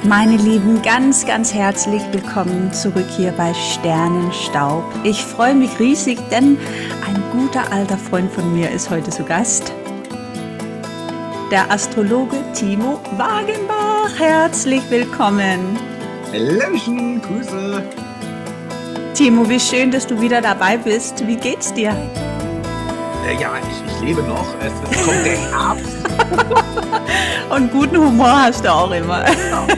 Meine Lieben, ganz, ganz herzlich willkommen zurück hier bei Sternenstaub. Ich freue mich riesig, denn ein guter alter Freund von mir ist heute zu Gast. Der Astrologe Timo Wagenbach. Herzlich willkommen. Hallöchen, Grüße. Timo, wie schön, dass du wieder dabei bist. Wie geht's dir? Ja, ich lebe noch. Es kommt der Herbst. Und guten Humor hast du auch immer. Genau.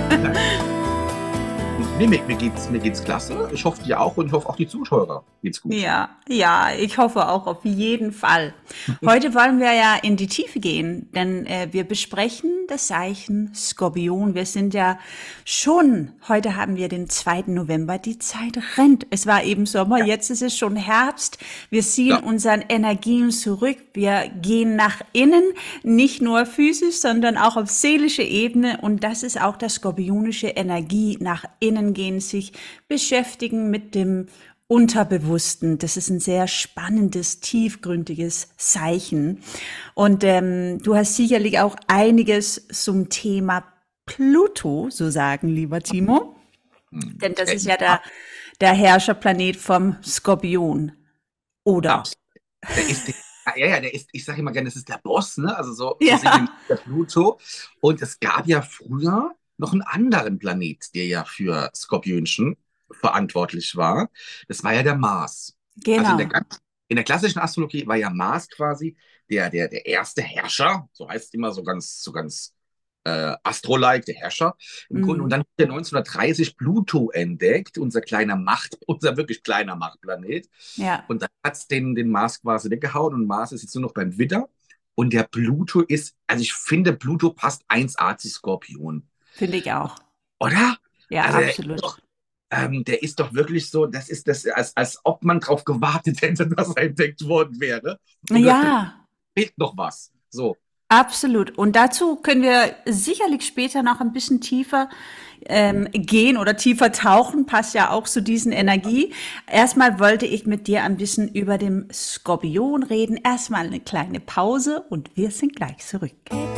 Nee, mir geht's klasse. Ich hoffe dir auch und ich hoffe auch die Zuschauer geht's gut. Ja, ich hoffe auch auf jeden Fall. Heute wollen wir ja in die Tiefe gehen, denn wir besprechen das Zeichen Skorpion. Wir sind ja schon, heute haben wir den 2. November, die Zeit rennt. Es war eben Sommer, jetzt ist es schon Herbst. Wir ziehen unseren Energien zurück. Wir gehen nach innen, nicht nur physisch, sondern auch auf seelische Ebene. Und das ist auch das skorpionische Energie, nach innen gehen, sich beschäftigen mit dem Unterbewussten. Das ist ein sehr spannendes, tiefgründiges Zeichen. Und du hast sicherlich auch einiges zum Thema Pluto, so sagen, lieber Timo. Denn das ist ja der Herrscherplanet vom Skorpion. Oder? Der ist, ich sage immer gerne, das ist der Boss, ne? Also so Ja. sehen wir der Pluto. Und es gab ja früher noch einen anderen Planet, der ja für Skorpionchen verantwortlich war. Das war ja der Mars. Also Genau. in der klassischen Astrologie war ja Mars quasi der erste Herrscher, so heißt es immer so ganz Astrolike, der Herrscher im Grunde. Und dann wurde 1930 Pluto entdeckt, unser wirklich kleiner Machtplanet. Ja, Und dann hat es den Mars quasi weggehauen und Mars ist jetzt nur noch beim Widder. Und der Pluto ist, also ich finde, Pluto passt 1A zu Skorpion. finde ich auch. Oder? Ja, Also absolut. der ist doch wirklich so, das ist das, als ob man drauf gewartet hätte, dass er entdeckt worden wäre. Und Ja, fehlt noch was. So. absolut. Und dazu können wir sicherlich später noch ein bisschen tiefer gehen oder tiefer tauchen, passt ja auch zu diesen Energie. Erstmal wollte ich mit dir ein bisschen über den Skorpion reden. Erstmal eine kleine Pause und wir sind gleich zurück.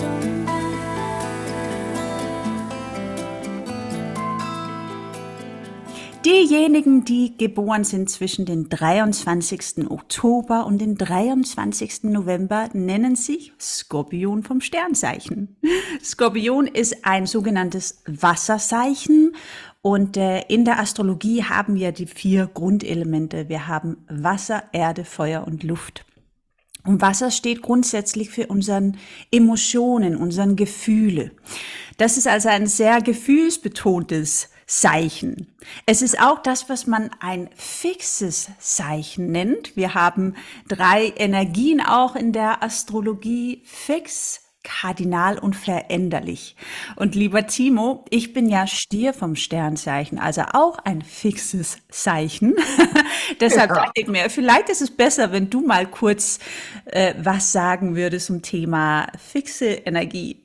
Diejenigen, die geboren sind zwischen den 23. Oktober und den 23. November, nennen sich Skorpion vom Sternzeichen. Skorpion ist ein sogenanntes Wasserzeichen und in der Astrologie haben wir die 4 Grundelemente. Wir haben Wasser, Erde, Feuer und Luft. Und Wasser steht grundsätzlich für unseren Emotionen, unseren Gefühle. Das ist also ein sehr gefühlsbetontes Zeichen. Es ist auch das, was man ein fixes Zeichen nennt. Wir haben 3 Energien auch in der Astrologie: fix, kardinal und veränderlich. Und lieber Timo, ich bin ja Stier vom Sternzeichen, also auch ein fixes Zeichen. Deshalb dachte ich mir, vielleicht ist es besser, wenn du mal kurz was sagen würdest zum Thema fixe Energie.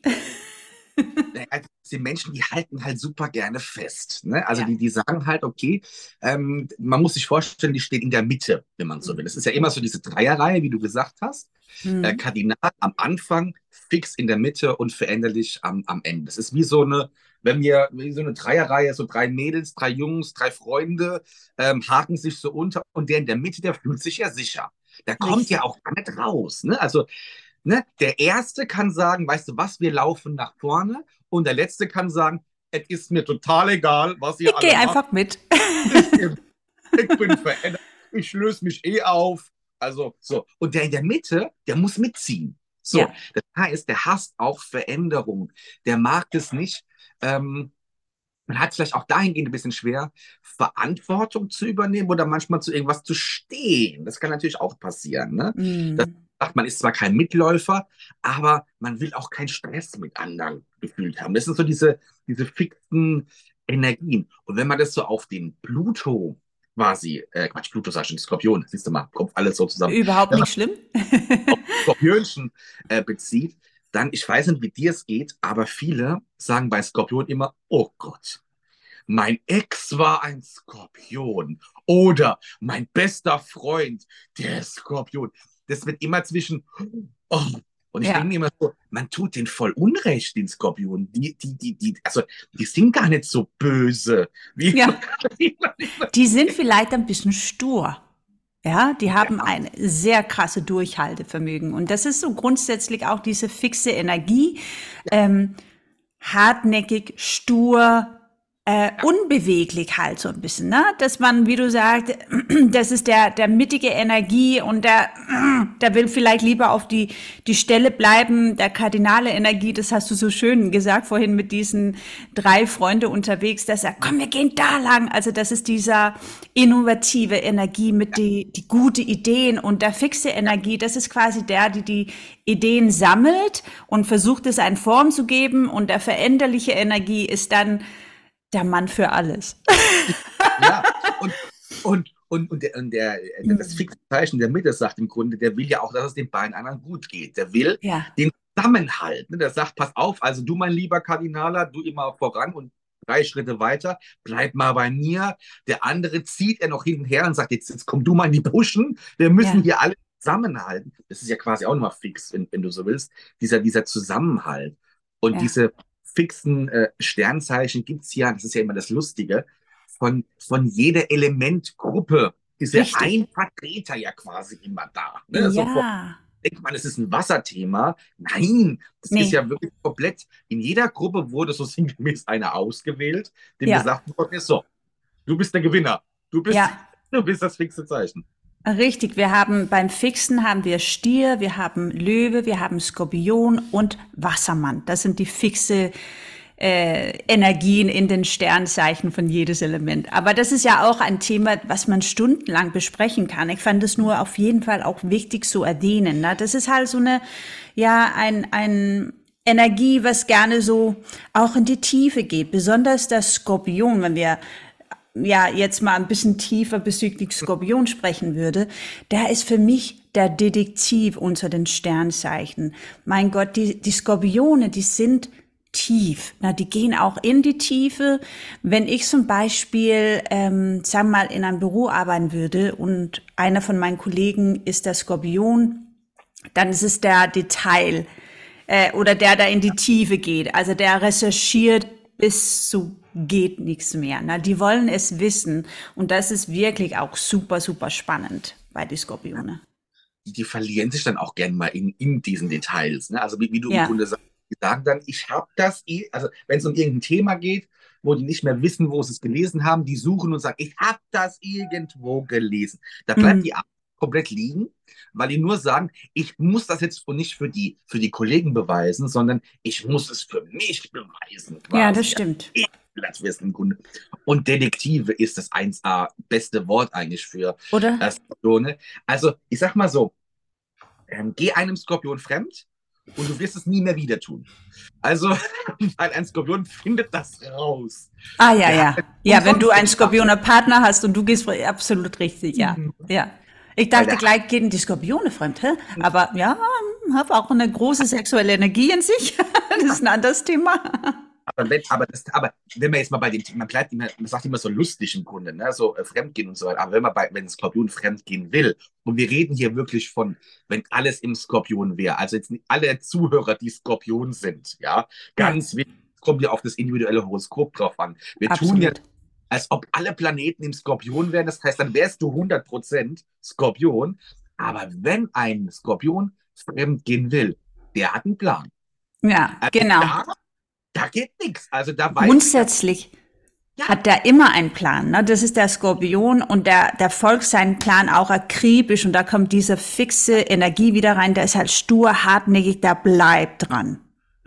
Also die Menschen, die halten halt super gerne fest. Ne? Also Ja. die sagen halt, okay, man muss sich vorstellen, die steht in der Mitte, wenn man so will. Das ist ja immer so diese Dreierreihe, wie du gesagt hast. Hm. Kardinal am Anfang, fix in der Mitte und veränderlich am Ende. Das ist wie so eine Dreierreihe, so 3 Mädels, 3 Jungs, 3 Freunde, haken sich so unter und der in der Mitte, der fühlt sich ja sicher. Der kommt ja Richtig. auch gar nicht raus. Ne? Also ne, der Erste kann sagen, weißt du was, wir laufen nach vorne. Und der Letzte kann sagen, es ist mir total egal, was ihr Ich alle gehe macht. einfach mit. Ich bin verändert, ich löse mich eh auf. Also so. Und der in der Mitte, der muss mitziehen. So, Ja, das heißt, der hasst auch Veränderung. Der mag es nicht. Man hat es vielleicht auch dahingehend ein bisschen schwer, Verantwortung zu übernehmen oder manchmal zu irgendwas zu stehen. Das kann natürlich auch passieren. Ne? Das hm. sagt, man ist zwar kein Mitläufer, aber man will auch keinen Stress mit anderen gefühlt haben. Das sind so diese fixen Energien. Und wenn man das so auf den Pluto quasi, Quatsch, Pluto sag ich schon, Skorpion, siehst du mal, Kopf alles so zusammen, Überhaupt wenn man nicht schlimm. Skorpionchen bezieht, dann, ich weiß nicht, wie dir es geht, aber viele sagen bei Skorpion immer, oh Gott, mein Ex war ein Skorpion oder mein bester Freund, der Skorpion. Das wird immer zwischen oh Und ich denke ja. mir immer so, man tut den voll Unrecht, den Skorpion. Also, die sind gar nicht so böse, wie Ja, man, wie man immer die sind denkt. vielleicht ein bisschen stur. Ja, die haben Ja, ein sehr krasse Durchhaltevermögen. Und das ist so grundsätzlich auch diese fixe Energie, ähm, hartnäckig, stur, ja, unbeweglich halt so ein bisschen, ne? Dass man, wie du sagst, das ist der mittige Energie und der will vielleicht lieber auf die Stelle bleiben, der kardinale Energie, das hast du so schön gesagt vorhin mit diesen 3 Freunde unterwegs, dass er, komm, wir gehen da lang. Also das ist dieser innovative Energie mit die gute Ideen und der fixe Energie, das ist quasi der, die Ideen sammelt und versucht es eine Form zu geben und der veränderliche Energie ist dann der Mann für alles. ja. Das fixe Zeichen in der Mitte sagt im Grunde, der will ja auch, dass es den beiden anderen gut geht. Der will Ja, den Zusammenhalt. Ne? Der sagt, pass auf, also du, mein lieber Kardinaler, du immer voran und 3 Schritte weiter, bleib mal bei mir. Der andere zieht er noch hintenher und sagt, jetzt komm du mal in die Puschen, wir müssen ja, hier alle zusammenhalten. Das ist ja quasi auch nochmal fix, wenn du so willst, dieser Zusammenhalt. Und ja, diese fixen Sternzeichen gibt es ja, das ist ja immer das Lustige, von jeder Elementgruppe ist ja richtig. ein Vertreter ja quasi immer da. Ne? Sofort Ja, denkt man, es ist ein Wasserthema. Nein, das ist nee, ja wirklich komplett. In jeder Gruppe wurde so sinngemäß einer ausgewählt, dem ja, gesagt worden ist, so, du bist der Gewinner. Du bist, ja. du bist das fixe Zeichen. Richtig, wir haben beim Fixen haben wir Stier, wir haben Löwe, wir haben Skorpion und Wassermann. Das sind die fixe Energien in den Sternzeichen von jedes Element. Aber das ist ja auch ein Thema, was man stundenlang besprechen kann. Ich fand es nur auf jeden Fall auch wichtig zu erwähnen. Ne? Das ist halt so eine, ja, ein Energie, was gerne so auch in die Tiefe geht. Besonders das Skorpion, wenn wir ja jetzt mal ein bisschen tiefer bezüglich Skorpion sprechen würde, der ist für mich der Detektiv unter den Sternzeichen. Mein Gott, die Skorpione, die sind tief. Na, die gehen auch in die Tiefe. Wenn ich zum Beispiel, sagen wir mal, in einem Büro arbeiten würde und einer von meinen Kollegen ist der Skorpion, dann ist es der Detail oder der da in die Tiefe geht. Also der recherchiert bis zu geht nichts mehr. Na, die wollen es wissen und das ist wirklich auch super, super spannend bei die Skorpione. Die verlieren sich dann auch gern mal in diesen Details. Ne? Also wie du im Ja, Grunde sagst, die sagen dann, ich habe das, also wenn es um irgendein Thema geht, wo die nicht mehr wissen, wo sie es gelesen haben, die suchen und sagen, ich habe das irgendwo gelesen. Da bleibt die mm. Arbeit komplett liegen, weil die nur sagen, ich muss das jetzt nicht für die Kollegen beweisen, sondern ich muss es für mich beweisen, Ja, das quasi. Ja, stimmt. ich will das wissen im Grunde. Und Detektive ist das 1A beste Wort eigentlich für Oder? Spione. Also ich sag mal so, geh einem Skorpion fremd und du wirst es nie mehr wieder tun. Also, weil ein Skorpion findet das raus. Ah, ja, Der hat ja. Ja, wenn du umsonst einen gedacht, Skorpioner Partner hast und du gehst absolut richtig, ja. Ja. Ich weil dachte der gleich, gehen die Skorpione fremd, hä? Aber ja, habe auch eine große sexuelle Energie in sich. Das ist ein anderes Thema. aber wenn man jetzt mal bei dem Thema, man bleibt immer, man sagt immer so lustig im Grunde, ne? So Fremdgehen und so weiter. Aber wenn ein Skorpion fremdgehen will, und wir reden hier wirklich von, wenn alles im Skorpion wäre, also jetzt nicht alle Zuhörer, die Skorpion sind, ja, Ja, ganz wichtig, es kommt ja auf das individuelle Horoskop drauf an. Wir tun ja, absolut. als ob alle Planeten im Skorpion wären, das heißt, dann wärst du 100% Skorpion. Aber wenn ein Skorpion fremdgehen will, der hat einen Plan. Ja, Also genau. da geht nichts. Also da weiß ich, dass, Grundsätzlich ja, hat der immer einen Plan. Ne? Das ist der Skorpion und der folgt seinen Plan auch akribisch und da kommt diese fixe Energie wieder rein. Der ist halt stur, hartnäckig, der bleibt dran.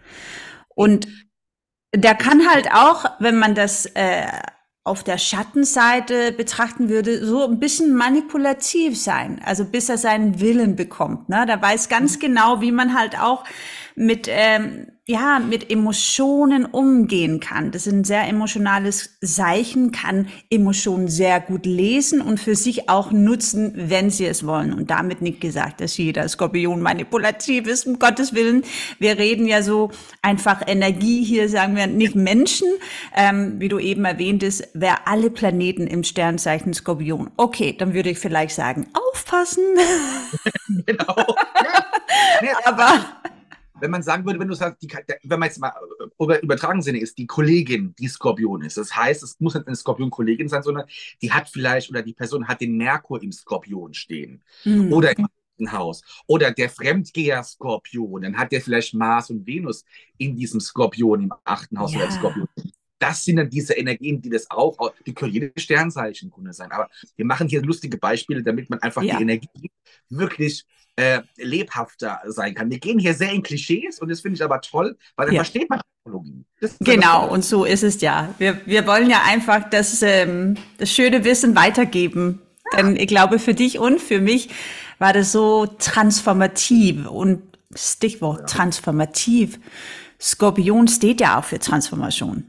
Und der kann halt auch, wenn man das auf der Schattenseite betrachten würde, so ein bisschen manipulativ sein. Also bis er seinen Willen bekommt. Ne? Der weiß ganz genau, wie man halt auch mit ja mit Emotionen umgehen kann. Das ist ein sehr emotionales Zeichen, kann Emotionen sehr gut lesen und für sich auch nutzen, wenn sie es wollen. Und damit nicht gesagt, dass jeder Skorpion manipulativ ist, um Gottes Willen. Wir reden ja so einfach Energie hier, sagen wir nicht Menschen. Wie du eben erwähntest, wer alle Planeten im Sternzeichen Skorpion. Okay, dann würde ich vielleicht sagen, aufpassen. genau. Ja. Nee, Aber wenn man sagen würde, wenn du sagst, wenn man jetzt mal übertragen Sinne ist, die Kollegin, die Skorpion ist. Das heißt, es muss nicht eine Skorpion-Kollegin sein, sondern die hat vielleicht oder die Person hat den Merkur im Skorpion stehen. Oder im achten Haus. Oder der Fremdgeher-Skorpion, dann hat der vielleicht Mars und Venus in diesem Skorpion im achten Haus oder im Ja, Skorpion. Das sind dann diese Energien, die das auch, die können jede Sternzeichen im Grunde sein. Aber wir machen hier lustige Beispiele, damit man einfach die ja. Energie wirklich lebhafter sein kann. Wir gehen hier sehr in Klischees und das finde ich aber toll, weil dann Ja, versteht man Astrologie. Das ist ja das genau. Tolle. Und so ist es ja. Wir wollen ja einfach das schöne Wissen weitergeben. Denn ich glaube, für dich und für mich war das so transformativ. Und Stichwort Ja. transformativ. Skorpion steht ja auch für Transformation.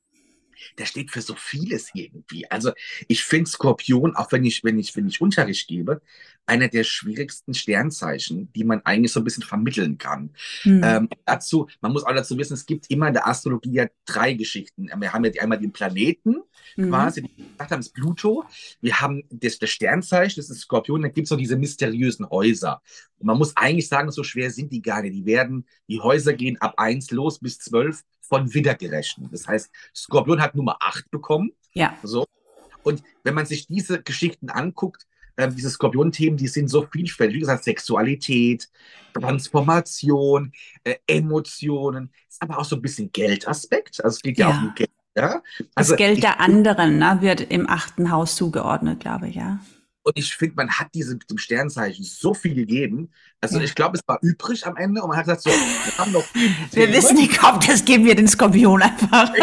Der steht für so vieles irgendwie. Also ich finde Skorpion, auch wenn ich Unterricht gebe, einer der schwierigsten Sternzeichen, die man eigentlich so ein bisschen vermitteln kann. Hm. Man muss auch dazu wissen, es gibt immer in der Astrologie ja drei Geschichten. Wir haben ja einmal den Planeten, Mhm. quasi, die wir gesagt haben, ist Pluto. Wir haben das Sternzeichen, das ist Skorpion, dann gibt es noch diese mysteriösen Häuser. Und man muss eigentlich sagen, so schwer sind die gar nicht. Die Häuser gehen ab 1 los bis 12 von Widder gerechnet. Das heißt, Skorpion hat Nummer 8 bekommen. Ja, So. Und wenn man sich diese Geschichten anguckt, diese Skorpion-Themen, die sind so vielfältig. Wie gesagt, Sexualität, Transformation, Emotionen, ist aber auch so ein bisschen Geldaspekt. Also es geht ja auch um ja. Geld. Ja? Das Also Geld der anderen, ne, wird im achten Haus zugeordnet, glaube ich, ja. ich finde, man hat dem Sternzeichen so viel gegeben. Also Ja. ich glaube, es war übrig am Ende und man hat gesagt, so, wir haben noch die Wir wissen Themen. nicht, ob das geben wir den Skorpion einfach.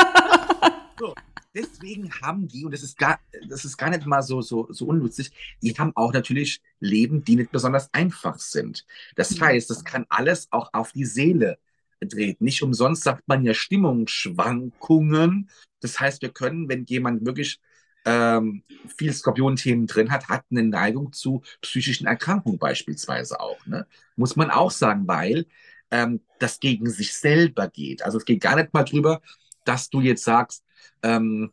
So, deswegen haben die, und das ist gar nicht mal so unlustig, die haben auch natürlich Leben, die nicht besonders einfach sind. Das heißt, das kann alles auch auf die Seele dreht. Nicht umsonst sagt man ja Stimmungsschwankungen. Das heißt, wir können, wenn jemand wirklich viel Skorpion-Themen drin hat eine Neigung zu psychischen Erkrankungen beispielsweise auch. Ne? Muss man auch sagen, weil das gegen sich selber geht. Also es geht gar nicht mal drüber, dass du jetzt sagst, ähm,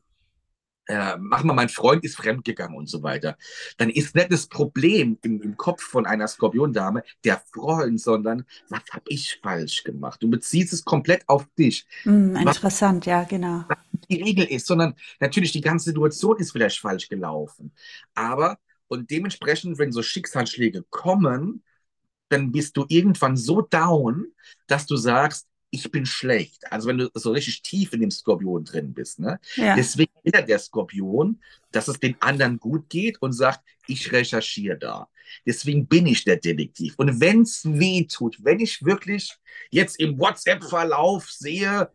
mach mal, mein Freund ist fremdgegangen und so weiter, dann ist nicht das Problem im Kopf von einer Skorpiondame der Freund, sondern was habe ich falsch gemacht? Du beziehst es komplett auf dich. Was Interessant, ja, genau. die Regel ist, sondern natürlich die ganze Situation ist vielleicht falsch gelaufen. Aber, und dementsprechend, wenn so Schicksalsschläge kommen, dann bist du irgendwann so down, dass du sagst, ich bin schlecht. Also wenn du so richtig tief in dem Skorpion drin bist. Ne? Ja. Deswegen will der Skorpion, dass es den anderen gut geht und sagt, ich recherchiere da. Deswegen bin ich der Detektiv. Und wenn es weh tut, wenn ich wirklich jetzt im WhatsApp-Verlauf sehe,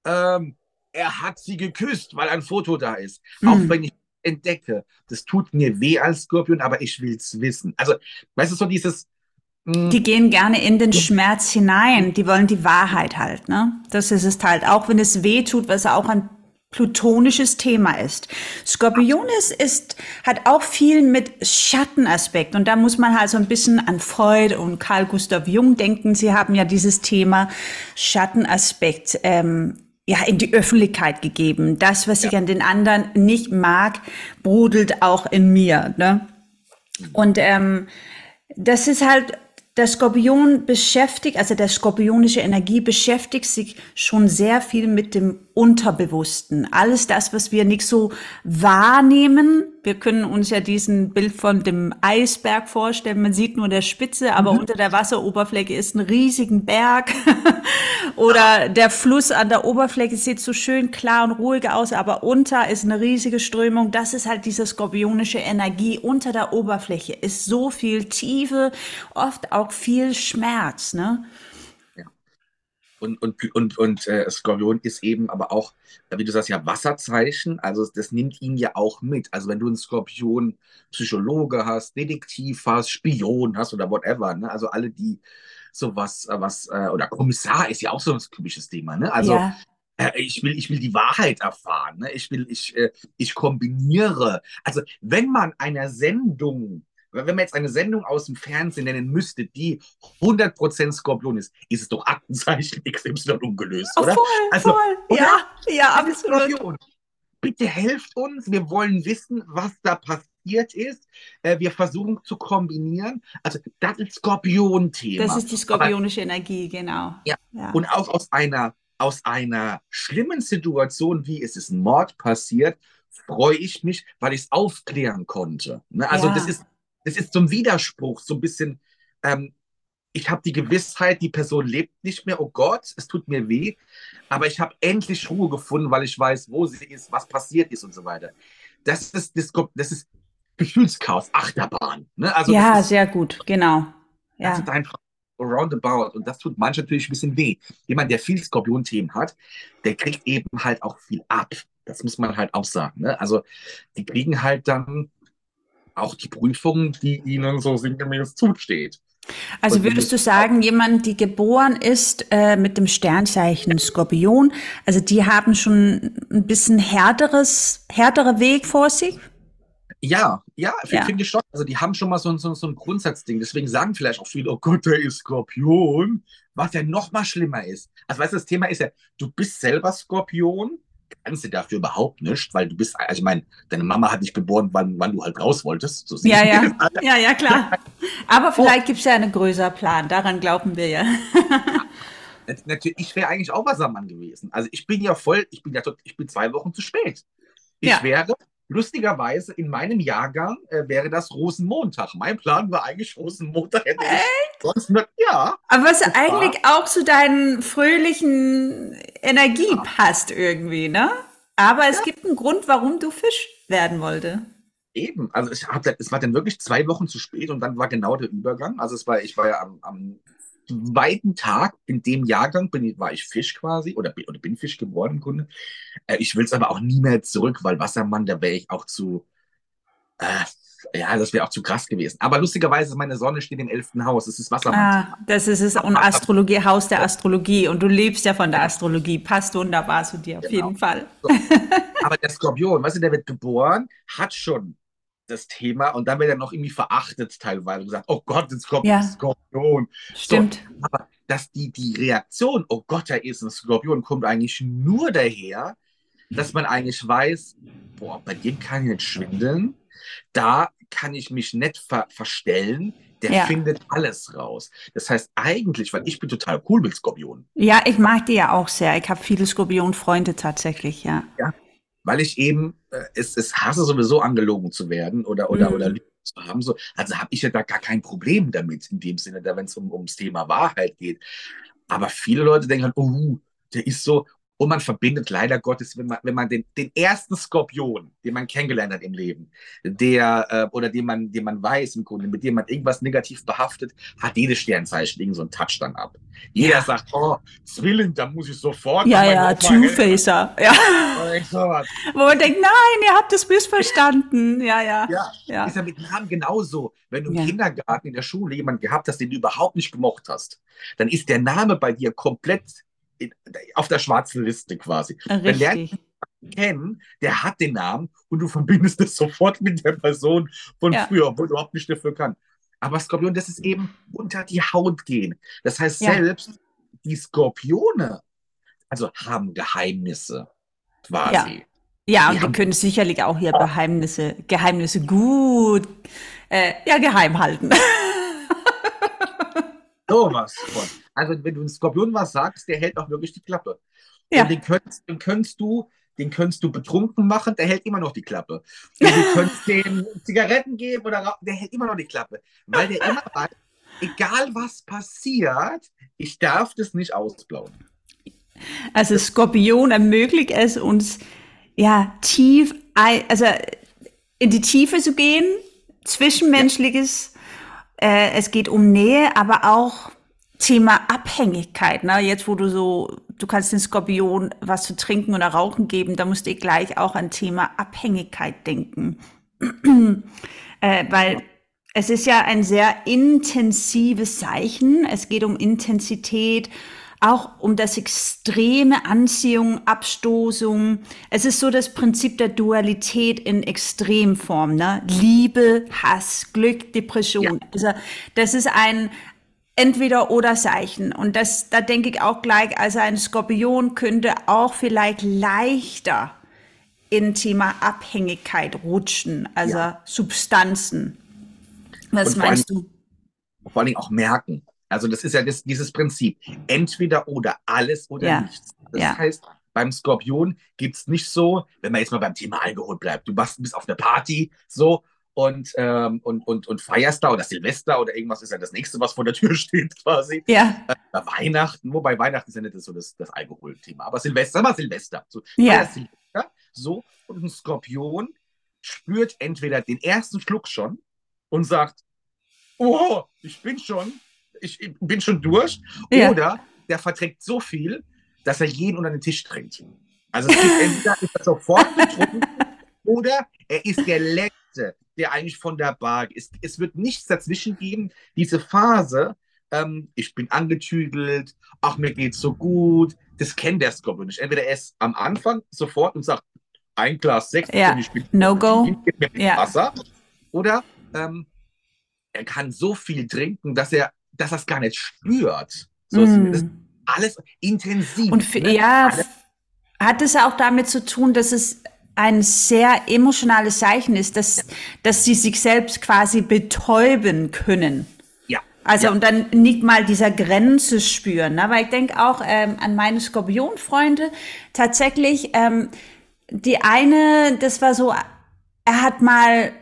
er hat sie geküsst, weil ein Foto da ist, auch Mm. wenn ich entdecke, das tut mir weh als Skorpion, aber ich will es wissen. Also, weißt du, so dieses, Die gehen gerne in den Schmerz hinein. Die wollen die Wahrheit halt, ne? Das ist es halt. Auch wenn es weh tut, was auch ein plutonisches Thema ist. Skorpion hat auch viel mit Schattenaspekt. Und da muss man halt so ein bisschen an Freud und Carl Gustav Jung denken. Sie haben ja dieses Thema Schattenaspekt, ja, in die Öffentlichkeit gegeben. Das, was ich ja. an den anderen nicht mag, brodelt auch in mir, ne? Und das ist halt, der Skorpion beschäftigt, also der skorpionische Energie beschäftigt sich schon sehr viel mit dem Unterbewussten. Alles das, was wir nicht so wahrnehmen. Wir können uns ja diesen Bild von dem Eisberg vorstellen. Man sieht nur der Spitze, aber Mhm. unter der Wasseroberfläche ist ein riesigen Berg. Oder der Fluss an der Oberfläche sieht so schön klar und ruhig aus, aber unter ist eine riesige Strömung. Das ist halt diese skorpionische Energie. Unter der Oberfläche ist so viel Tiefe, oft auch viel Schmerz, ne? Ja. Und Skorpion ist eben aber auch, wie du sagst, ja, Wasserzeichen. Also das nimmt ihn ja auch mit. Also wenn du einen Skorpion Psychologe hast, Detektiv hast, Spion hast oder whatever, ne? Also alle, die sowas, oder Kommissar ist ja auch so ein typisches Thema, ne? Also Ja. ich will die Wahrheit erfahren, ne? Ich kombiniere. Also wenn man wenn man jetzt eine Sendung aus dem Fernsehen nennen müsste, die 100% Skorpion ist es doch Aktenzeichen XY ungelöst, Oh, oder? voll, Also, voll. oder? Ja, ja, Das ist absolut. Skorpion. Bitte helft uns, wir wollen wissen, was da passiert. passiert ist. Wir versuchen zu kombinieren. Also das ist Das Skorpion-Thema. ist die Aber skorpionische Energie, genau. ja, Ja. und auch aus einer schlimmen Situation, wie es ist ein Mord passiert, freue ich mich, weil ich es aufklären konnte. Ne? Also Ja. das ist so ein Widerspruch, so ein bisschen, ähm, ich habe die Gewissheit, die Person lebt nicht mehr, oh Gott, es tut mir weh, aber ich habe endlich Ruhe gefunden, weil ich weiß, wo sie ist, was passiert ist und so weiter. Das ist Gefühlschaos, Achterbahn. Ne? Also Ja, sehr gut, genau. das ist Ja. einfach roundabout und das tut manchmal natürlich ein bisschen weh. Jemand, der viel Skorpion-Themen hat, der kriegt eben halt auch viel ab. Das muss man halt auch sagen. Ne? Also die kriegen halt dann auch die Prüfung, die ihnen so sinngemäß zusteht. Also Und die würdest du müssen auch, sagen, jemand, die geboren ist mit dem Sternzeichen Skorpion, also die haben schon ein bisschen härtere Weg vor sich? ja, ja, Ja. finde ich schon. Also die haben schon mal so ein Grundsatzding. Deswegen sagen vielleicht auch viele, oh Gott, der ist Skorpion. Was ja noch mal schlimmer ist. Also weißt du, das Thema ist ja, du bist selber Skorpion, kannst du dafür überhaupt nicht, weil du bist, also ich meine, deine Mama hat dich geboren, wann du halt raus wolltest, so Ja, sinngemäß. ja, ja, ja, klar. Aber Oh, vielleicht gibt es ja einen größeren Plan, daran glauben wir ja. natürlich, ich wäre eigentlich auch Wassermann gewesen. Also ich bin 2 Wochen zu spät. Ich Ja. wäre, lustigerweise, in meinem Jahrgang wäre das Rosenmontag. Mein Plan war eigentlich Rosenmontag, hätte ich sonst nicht, ja, Aber was das war eigentlich auch zu deinen fröhlichen Energie ja, passt irgendwie, ne? Aber es ja, gibt einen Grund, warum du Fisch werden wollte. eben. Also es war dann wirklich 2 Wochen zu spät und dann war genau der Übergang. Also ich war ja am zweiten Tag in dem Jahrgang war ich Fisch quasi oder bin Fisch geworden im Grunde. Ich will es aber auch nie mehr zurück, weil Wassermann, da wäre ich auch äh, ja, das wäre auch zu krass gewesen. Aber lustigerweise, meine Sonne steht im 11. Haus. Es ist Ah, Wassermann-Thema. das ist es. Und Astrologie, Haus der Astrologie. Und du lebst ja von der Astrologie. Passt wunderbar zu dir, auf Genau. jeden Fall. So. Aber der Skorpion, weißt du, der wird geboren, hat schon das Thema und dann wird er noch irgendwie verachtet teilweise und gesagt, oh Gott, jetzt kommt ein Ja, Skorpion. So, stimmt. aber dass die Reaktion, oh Gott, da ist ein Skorpion, kommt eigentlich nur daher, dass man eigentlich weiß, boah, bei dem kann ich nicht schwindeln, da kann ich mich nicht verstellen, der Ja. findet alles raus. Das heißt eigentlich, weil ich bin total cool mit Skorpionen. Ja, ich mag die ja auch sehr. Ich habe viele Skorpion-Freunde tatsächlich, ja. Ja, weil ich eben es hasse sowieso angelogen zu werden oder Mm. Lügen zu haben. So. Also habe ich ja da gar kein Problem damit, in dem Sinne, da wenn es ums Thema Wahrheit geht. Aber viele Leute denken halt, oh, der ist so. Und man verbindet leider Gottes, wenn man den ersten Skorpion, den man kennengelernt hat im Leben, oder den man weiß im Grunde, mit dem man irgendwas negativ behaftet, hat jedes Sternzeichen irgend so einen Touch dann ab. Jeder Ja. sagt, oh, Zwilling, da muss ich sofort Ja, an meine ja, Oma erinnern. Two-Facer. Ja. Oder ich sowas. Wo man denkt, nein, ihr habt es missverstanden. Ja, ja, Ja, ist ja, ja mit Namen genauso. Wenn du im ja. Kindergarten in der Schule jemanden gehabt hast, den du überhaupt nicht gemocht hast, dann ist der Name bei dir komplett in, auf der schwarzen Liste quasi. Dann lernst Richtig. du ihn kennen, der hat den Namen und du verbindest es sofort mit der Person von Ja, früher, obwohl du überhaupt nicht dafür kann. Aber Skorpion, das ist eben unter die Haut gehen. Das heißt, ja, selbst die Skorpione, also haben Geheimnisse ja. quasi. Ja, Die und die haben können sicherlich auch ihre Geheimnisse gut, ja, geheim halten. sowas von. Also, wenn du einem Skorpion was sagst, der hält auch wirklich die Klappe. Und Ja. den könntest du betrunken machen, der hält immer noch die Klappe. Und du könntest dem Zigaretten geben der hält immer noch die Klappe. Weil der immer weiß, egal was passiert, ich darf das nicht ausblauen. Also Das, Skorpion ermöglicht es uns, ja, also in die Tiefe zu gehen, ja, Zwischenmenschliches. Es geht um Nähe, aber auch Thema Abhängigkeit. Ne? Jetzt, wo du kannst den Skorpion was zu trinken oder rauchen geben, da musst du gleich auch an Thema Abhängigkeit denken. Weil es ist ja ein sehr intensives Zeichen. Es geht um Intensität, auch um das extreme Anziehung, Abstoßung. Es ist so das Prinzip der Dualität in Extremform, ne? Liebe, Hass, Glück, ja, Depression. Also das ist ein Entweder-oder-Zeichen. Und da denke ich auch gleich, also ein Skorpion könnte auch vielleicht leichter in Thema Abhängigkeit rutschen, also Ja. Substanzen. Was Und vor allem, meinst du? vor allen Dingen auch merken. Also das ist ja dieses Prinzip. Entweder oder, alles oder Ja, nichts. Das ja, heißt, beim Skorpion gibt es nicht so, wenn man jetzt mal beim Thema Alkohol bleibt, bist auf einer Party so und feierst da oder Silvester oder irgendwas ist ja das nächste, was vor der Tür steht quasi. ja, Bei Weihnachten, wobei Weihnachten ist ja nicht so das Alkoholthema, aber Silvester war Silvester. So, ja, feierst Silvester so und ein Skorpion spürt entweder den ersten Schluck schon und sagt, oh, ich bin schon durch. ja. Oder der verträgt so viel, dass er jeden unter den Tisch drängt. Also es gibt entweder ist er sofort betrunken oder er ist der Letzte, der eigentlich von der Bar ist. Es wird nichts dazwischen geben. Diese Phase, ich bin angetüdelt, ach, mir geht's so gut, das kennt der Skorpion nicht. Entweder er ist am Anfang sofort und sagt, ein Glas Sekt und Ja, ich bin No-Go. gib mir Ja. Wasser. Oder er kann so viel trinken, dass er es gar nicht spürt. So, das ist Mm. alles Und intensiv, ne? ja, Alles, hat es auch damit zu tun, dass es ein sehr emotionales Zeichen ist, dass sie sich selbst quasi betäuben können. ja, Also ja, und dann nicht mal dieser Grenze spüren, ne? Weil ich denke auch an meine Skorpionfreunde tatsächlich, die eine, das war so, er hat mal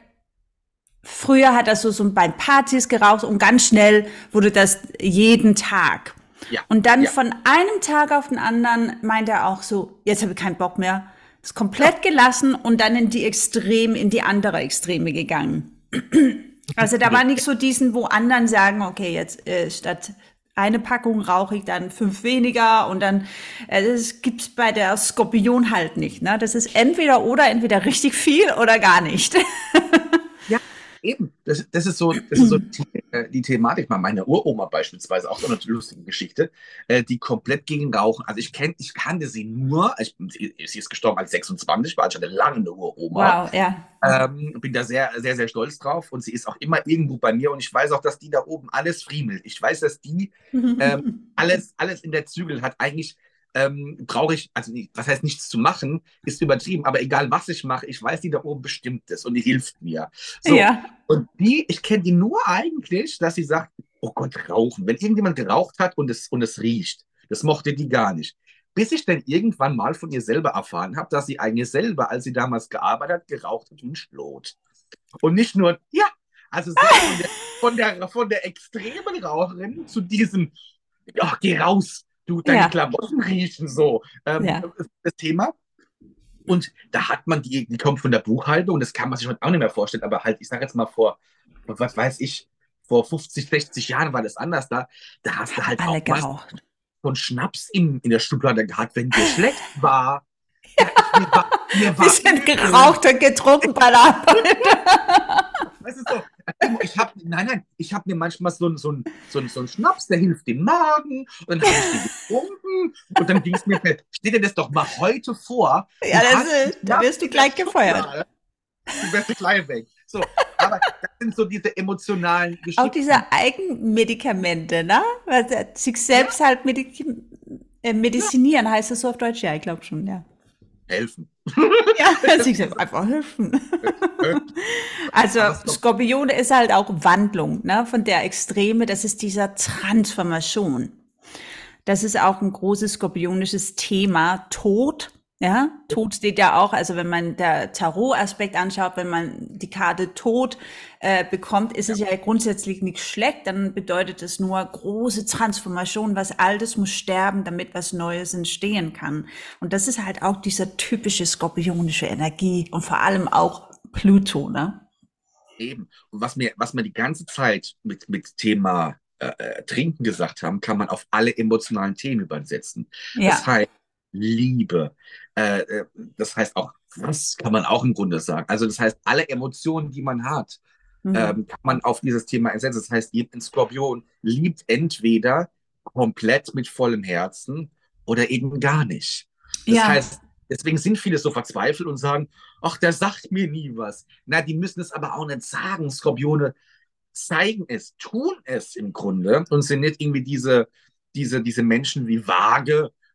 früher hat er so bei Partys geraucht und ganz schnell wurde das jeden Tag. ja, Und dann ja, von einem Tag auf den anderen meint er auch so, jetzt habe ich keinen Bock mehr. Ist ja, komplett gelassen und dann in die andere Extreme gegangen. Also da war nicht so diesen, wo anderen sagen, okay, jetzt statt eine Packung rauche ich dann 5 weniger und dann, das gibt's bei der Skorpion halt nicht, ne? Das ist entweder oder, entweder richtig viel oder gar nicht. ja, eben. Das ist so die Thematik. Mal meine Uroma beispielsweise, auch so eine lustige Geschichte, die komplett gegen Rauchen. Also ich kannte sie nur, sie ist gestorben als 26, war schon eine lange Uroma. Wow, ja. Bin da sehr, sehr, sehr stolz drauf und sie ist auch immer irgendwo bei mir und ich weiß auch, dass die da oben alles friemelt. Ich weiß, dass die alles in der Zügel hat. Eigentlich brauche ich, also was heißt nichts zu machen, ist übertrieben, aber egal was ich mache, ich weiß, die da oben bestimmt ist und die hilft mir. So, Ja. und ich kenne die nur eigentlich, dass sie sagt, oh Gott, rauchen. Wenn irgendjemand geraucht hat und es riecht, das mochte die gar nicht. Bis ich dann irgendwann mal von ihr selber erfahren habe, dass sie eigentlich selber, als sie damals gearbeitet hat, geraucht hat wie ein Schlot. Und nicht nur, ja, also selbst von der extremen Raucherin zu diesem, ja, geh raus, du, deine Ja, Klamotten riechen so. ja. Das Thema. Und da hat man die kommt von der Buchhaltung, das kann man sich heute auch nicht mehr vorstellen, aber halt, ich sage jetzt mal was weiß ich, vor 50, 60 Jahren war das anders da hast du halt Alle auch mal geraucht. von Schnaps in der Schublade gehabt, wenn dir schlecht war. Ja, mir war Bisschen übel. geraucht und getrunken bei der Arbeit. Weißt du so, ich habe mir manchmal so einen Schnaps, der hilft dem Magen. Und dann habe ich den getrunken und dann ging es mir, stell dir das doch mal heute vor, Ja, du hast einen da Schnaps wirst du in der gleich gefeuert. Schublade, du wärst gleich weg. So, aber das sind so diese emotionalen Auch Geschichten. diese Eigenmedikamente, ne? Sich Ja, selbst halt ja, medizinieren, heißt das so auf Deutsch? Ja, ich glaube schon, ja. helfen. Ja, sich selbst einfach helfen. Also Aber stopp. Skorpion ist halt auch Wandlung, ne? Von der Extreme, das ist dieser Transformation. Das ist auch ein großes skorpionisches Thema. Tod, ja, Tod steht ja auch, also wenn man der Tarot-Aspekt anschaut, wenn man die Karte Tod bekommt, ist es Ja, ja grundsätzlich nicht schlecht, dann bedeutet es nur große Transformation, was Altes muss sterben, damit was Neues entstehen kann. Und das ist halt auch dieser typische skorpionische Energie und vor allem auch Pluto, ne? eben. Und was wir die ganze Zeit mit Thema Trinken gesagt haben, kann man auf alle emotionalen Themen übersetzen. Das Ja. heißt Liebe. Das heißt auch, was kann man auch im Grunde sagen. Also das heißt, alle Emotionen, die man hat, Mhm. kann man auf dieses Thema einsetzen. Das heißt, ein Skorpion liebt entweder komplett mit vollem Herzen oder eben gar nicht. Das Ja, heißt, deswegen sind viele so verzweifelt und sagen, ach, der sagt mir nie was. Na, die müssen es aber auch nicht sagen. Skorpione zeigen es, tun es im Grunde und sind nicht irgendwie diese Menschen wie vage.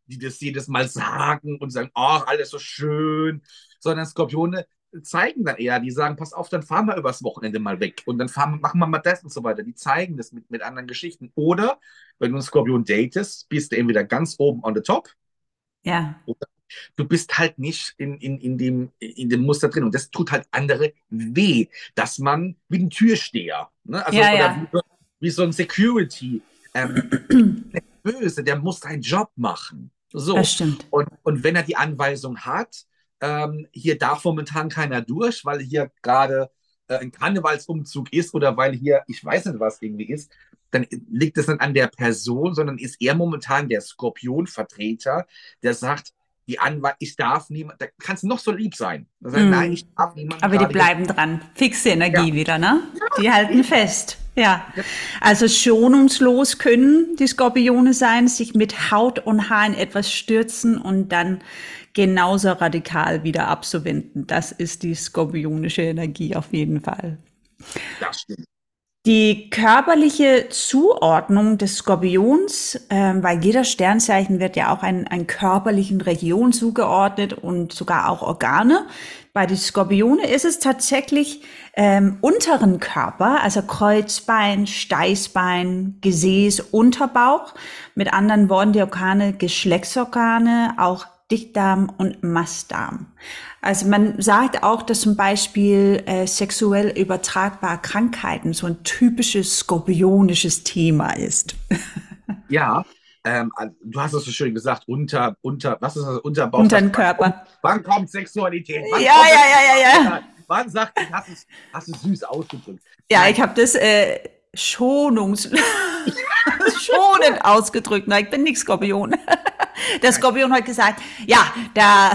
die das jedes Mal sagen und sagen, ach, alles so schön, sondern Skorpione zeigen dann eher, die sagen, pass auf, dann fahren wir übers Wochenende mal weg und dann machen wir mal das und so weiter. Die zeigen das mit anderen Geschichten. Oder wenn du einen Skorpion datest, bist du entweder ganz oben on the top Ja, oder du bist halt nicht in dem Muster drin. Und das tut halt andere weh, dass man wie ein Türsteher, ne? Also, ja, oder ja, wie so ein Security. Ähm, Böse, der muss seinen Job machen. das So. stimmt. Und wenn er die Anweisung hat, hier darf momentan keiner durch, weil hier gerade ein Karnevalsumzug ist oder weil hier, ich weiß nicht, was irgendwie ist, dann liegt es nicht an der Person, sondern ist er momentan der Skorpionvertreter, der sagt, ich darf niemand, da kannst du noch so lieb sein. Er sagt, nein, Mm. ich darf niemanden Aber die gerade jetzt. bleiben dran. Fixe Ja, Energie wieder, ne? Die halten eben. fest. Ja. Ja, Also schonungslos können die Skorpione sein, sich mit Haut und Haar in etwas stürzen und dann genauso radikal wieder abzuwenden. Das ist die skorpionische Energie auf jeden Fall. das stimmt. Die körperliche Zuordnung des Skorpions, weil jeder Sternzeichen wird ja auch einen körperlichen Region zugeordnet und sogar auch Organe. Bei den Skorpione ist es tatsächlich unteren Körper, also Kreuzbein, Steißbein, Gesäß, Unterbauch. Mit anderen Worten, die Organe, Geschlechtsorgane, auch Dickdarm und Mastdarm. Also man sagt auch, dass zum Beispiel sexuell übertragbare Krankheiten so ein typisches skorpionisches Thema ist. Ja, du hast es so schön gesagt, was ist das, Unterbauch, Unter den Körper. wann kommt Sexualität, wann Ja, kommt das, ja, ja, ja, ja. wann sagt, hast du süß ausgedrückt. Ja, Nein, ich habe das schonend ausgedrückt. Na, ich bin nicht Skorpion. Der nein. Skorpion hat gesagt, ja, da,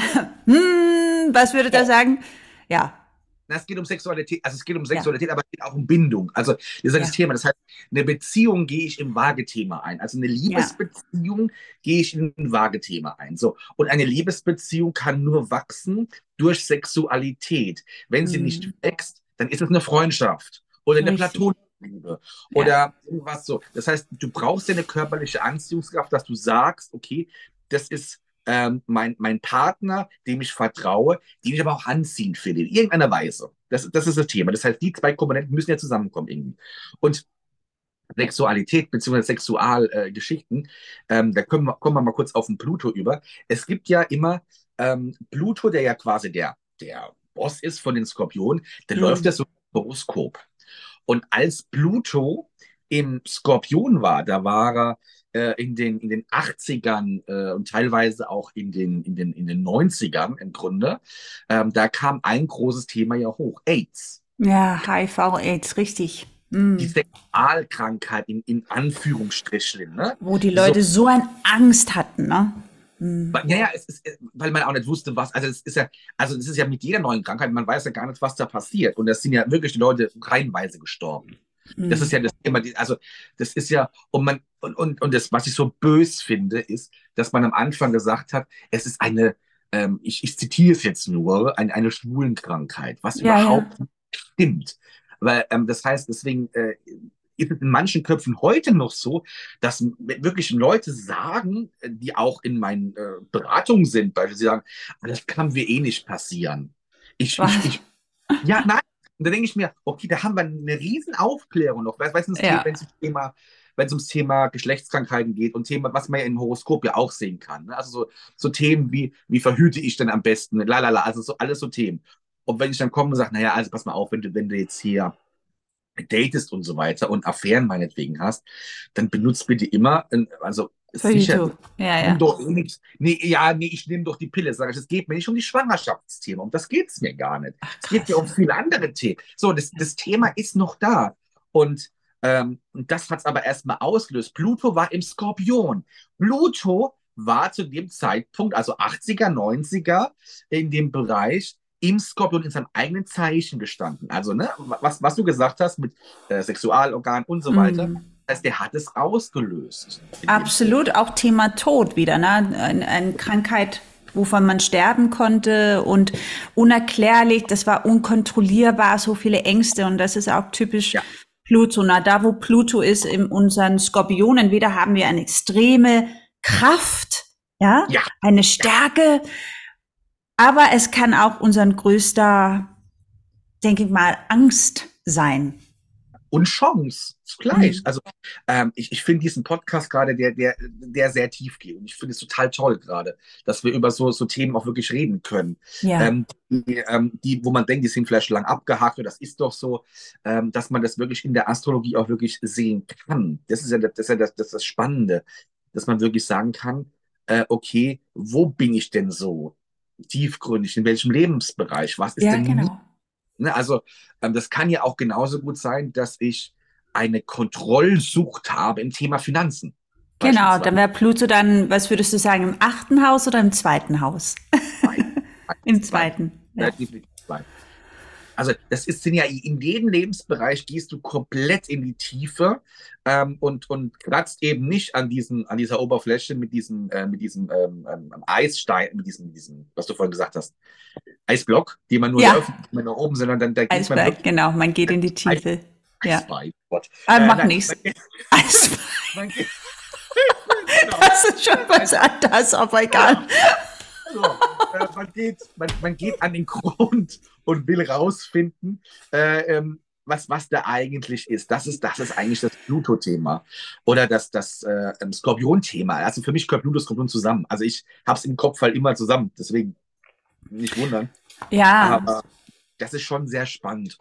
was würde der Oh, sagen? Ja, es geht um Sexualität, also es geht um ja, Sexualität, aber es geht auch um Bindung. Also, das ist ja das ja, Thema. Das heißt, eine Beziehung gehe ich im Waage-Thema ein. Also eine ja. Liebesbeziehung gehe ich in ein Waage-Thema ein. So. Und eine Liebesbeziehung kann nur wachsen durch Sexualität. Wenn sie nicht Hm, wächst, dann ist es eine Freundschaft oder eine richtig. platonische Liebe Ja. oder irgendwas so. Das heißt, du brauchst ja eine körperliche Anziehungskraft, dass du sagst, okay, das ist mein Partner, dem ich vertraue, den ich aber auch anziehend finde, in irgendeiner Weise. Das ist das Thema. Das heißt, die zwei Komponenten müssen ja zusammenkommen irgendwie. Und Sexualität bzw. Sexualgeschichten, da kommen wir mal kurz auf den Pluto über. Es gibt ja immer Pluto, der ja quasi der Boss ist von den Skorpionen, der läuft ja Hm. so im Horoskop. Und als Pluto im Skorpion war, da war er in den 80ern und teilweise auch in den 90ern im Grunde, da kam ein großes Thema ja hoch, AIDS. Ja, HIV-AIDS, richtig. Die Hm. Sexualkrankheit in Anführungsstrichen, ne? Wo die So, Leute so eine Angst hatten, ne? Hm. ja, ja, es ist, weil man auch nicht wusste, was, also das ist ja mit jeder neuen Krankheit, man weiß ja gar nicht, was da passiert. Und das sind ja wirklich die Leute reihenweise gestorben. Das ist Hm. ja das Thema, also das ist ja, und das, was ich so bös finde, ist, dass man am Anfang gesagt hat, es ist ich zitiere es jetzt nur, eine Schwulenkrankheit, was Ja, ja. überhaupt nicht stimmt. Weil das heißt, deswegen ist es in manchen Köpfen heute noch so, dass wirklich Leute sagen, die auch in meinen Beratungen sind, weil sie sagen, das kann mir eh nicht passieren. Was? Ja, nein. Und da denke ich mir, okay, da haben wir eine riesen Aufklärung noch. Weißt du, Ja. wenn es ums Thema Geschlechtskrankheiten geht und Thema, was man ja im Horoskop ja auch sehen kann. Ne? Also so Themen wie verhüte ich denn am besten? Lalala, also so alles so Themen. Und wenn ich dann komme und sage, naja, also pass mal auf, wenn du jetzt hier datest und so weiter und Affären meinetwegen hast, dann benutzt bitte immer, also sicher, Verhütung. Ja, nimm ja. doch eh nichts. Nee, ja, nee, ich nehme doch die Pille. Sag ich, es geht mir nicht um die Schwangerschaftsthemen. Um das geht es mir gar nicht. Ach, Es geht mir krass. um viele andere Themen. So, das Thema ist noch da. Und das hat es aber erstmal ausgelöst. Pluto war im Skorpion. Pluto war zu dem Zeitpunkt, also 80er, 90er, in dem Bereich im Skorpion in seinem eigenen Zeichen gestanden. Also, ne, was du gesagt hast mit Sexualorgan und so weiter. Hm. Das heißt, der hat es ausgelöst in dem Thema. Absolut, auch Thema Tod wieder, ne? Eine Krankheit, wovon man sterben konnte und unerklärlich, das war unkontrollierbar, so viele Ängste und das ist auch typisch Ja, Pluto. Na, da wo Pluto ist in unseren Skorpionen, entweder haben wir eine extreme Kraft Ja, Ja, eine ja. Stärke, aber es kann auch unser größter, denke ich mal, Angst sein. Und Chance zugleich. Mhm. Also ich finde diesen Podcast gerade, der sehr tief geht. Und ich finde es total toll gerade, dass wir über so Themen auch wirklich reden können. Ja, Wo man denkt, die sind vielleicht lang abgehakt oder das ist doch so, dass man das wirklich in der Astrologie auch wirklich sehen kann. Das ist das Spannende, dass man wirklich sagen kann, okay, wo bin ich denn so tiefgründig, in welchem Lebensbereich, was ist ja, denn nicht? genau. Ne, also, das kann ja auch genauso gut sein, dass ich eine Kontrollsucht habe im Thema Finanzen, Genau, beispielsweise. dann wäre Pluto dann, was würdest du sagen, im achten Haus oder im zweiten Haus? Zwei, Im zwei, zweiten, ja. definitiv zwei. Also, sind ja in jedem Lebensbereich gehst du komplett in die Tiefe und kratzt eben nicht an dieser Oberfläche mit diesem Eisstein, mit diesem, was du vorhin gesagt hast, Eisblock, den man nur hier Ja, öffnet, nicht mehr nach oben, sondern dann da geht man Eisberg, wirklich genau, man geht in die Eis, Tiefe. Ja, Eisbein. Gott. mach Nein, nichts. Eisberg, man geht, genau. das ist schon was anderes, aber egal. Also, man geht an den Grund und will rausfinden, was da eigentlich ist. Das ist eigentlich das Pluto-Thema oder das Skorpion-Thema. Also für mich gehört Pluto und Skorpion zusammen. Also ich habe es im Kopf halt immer zusammen, deswegen nicht wundern. Ja, Aber das ist schon sehr spannend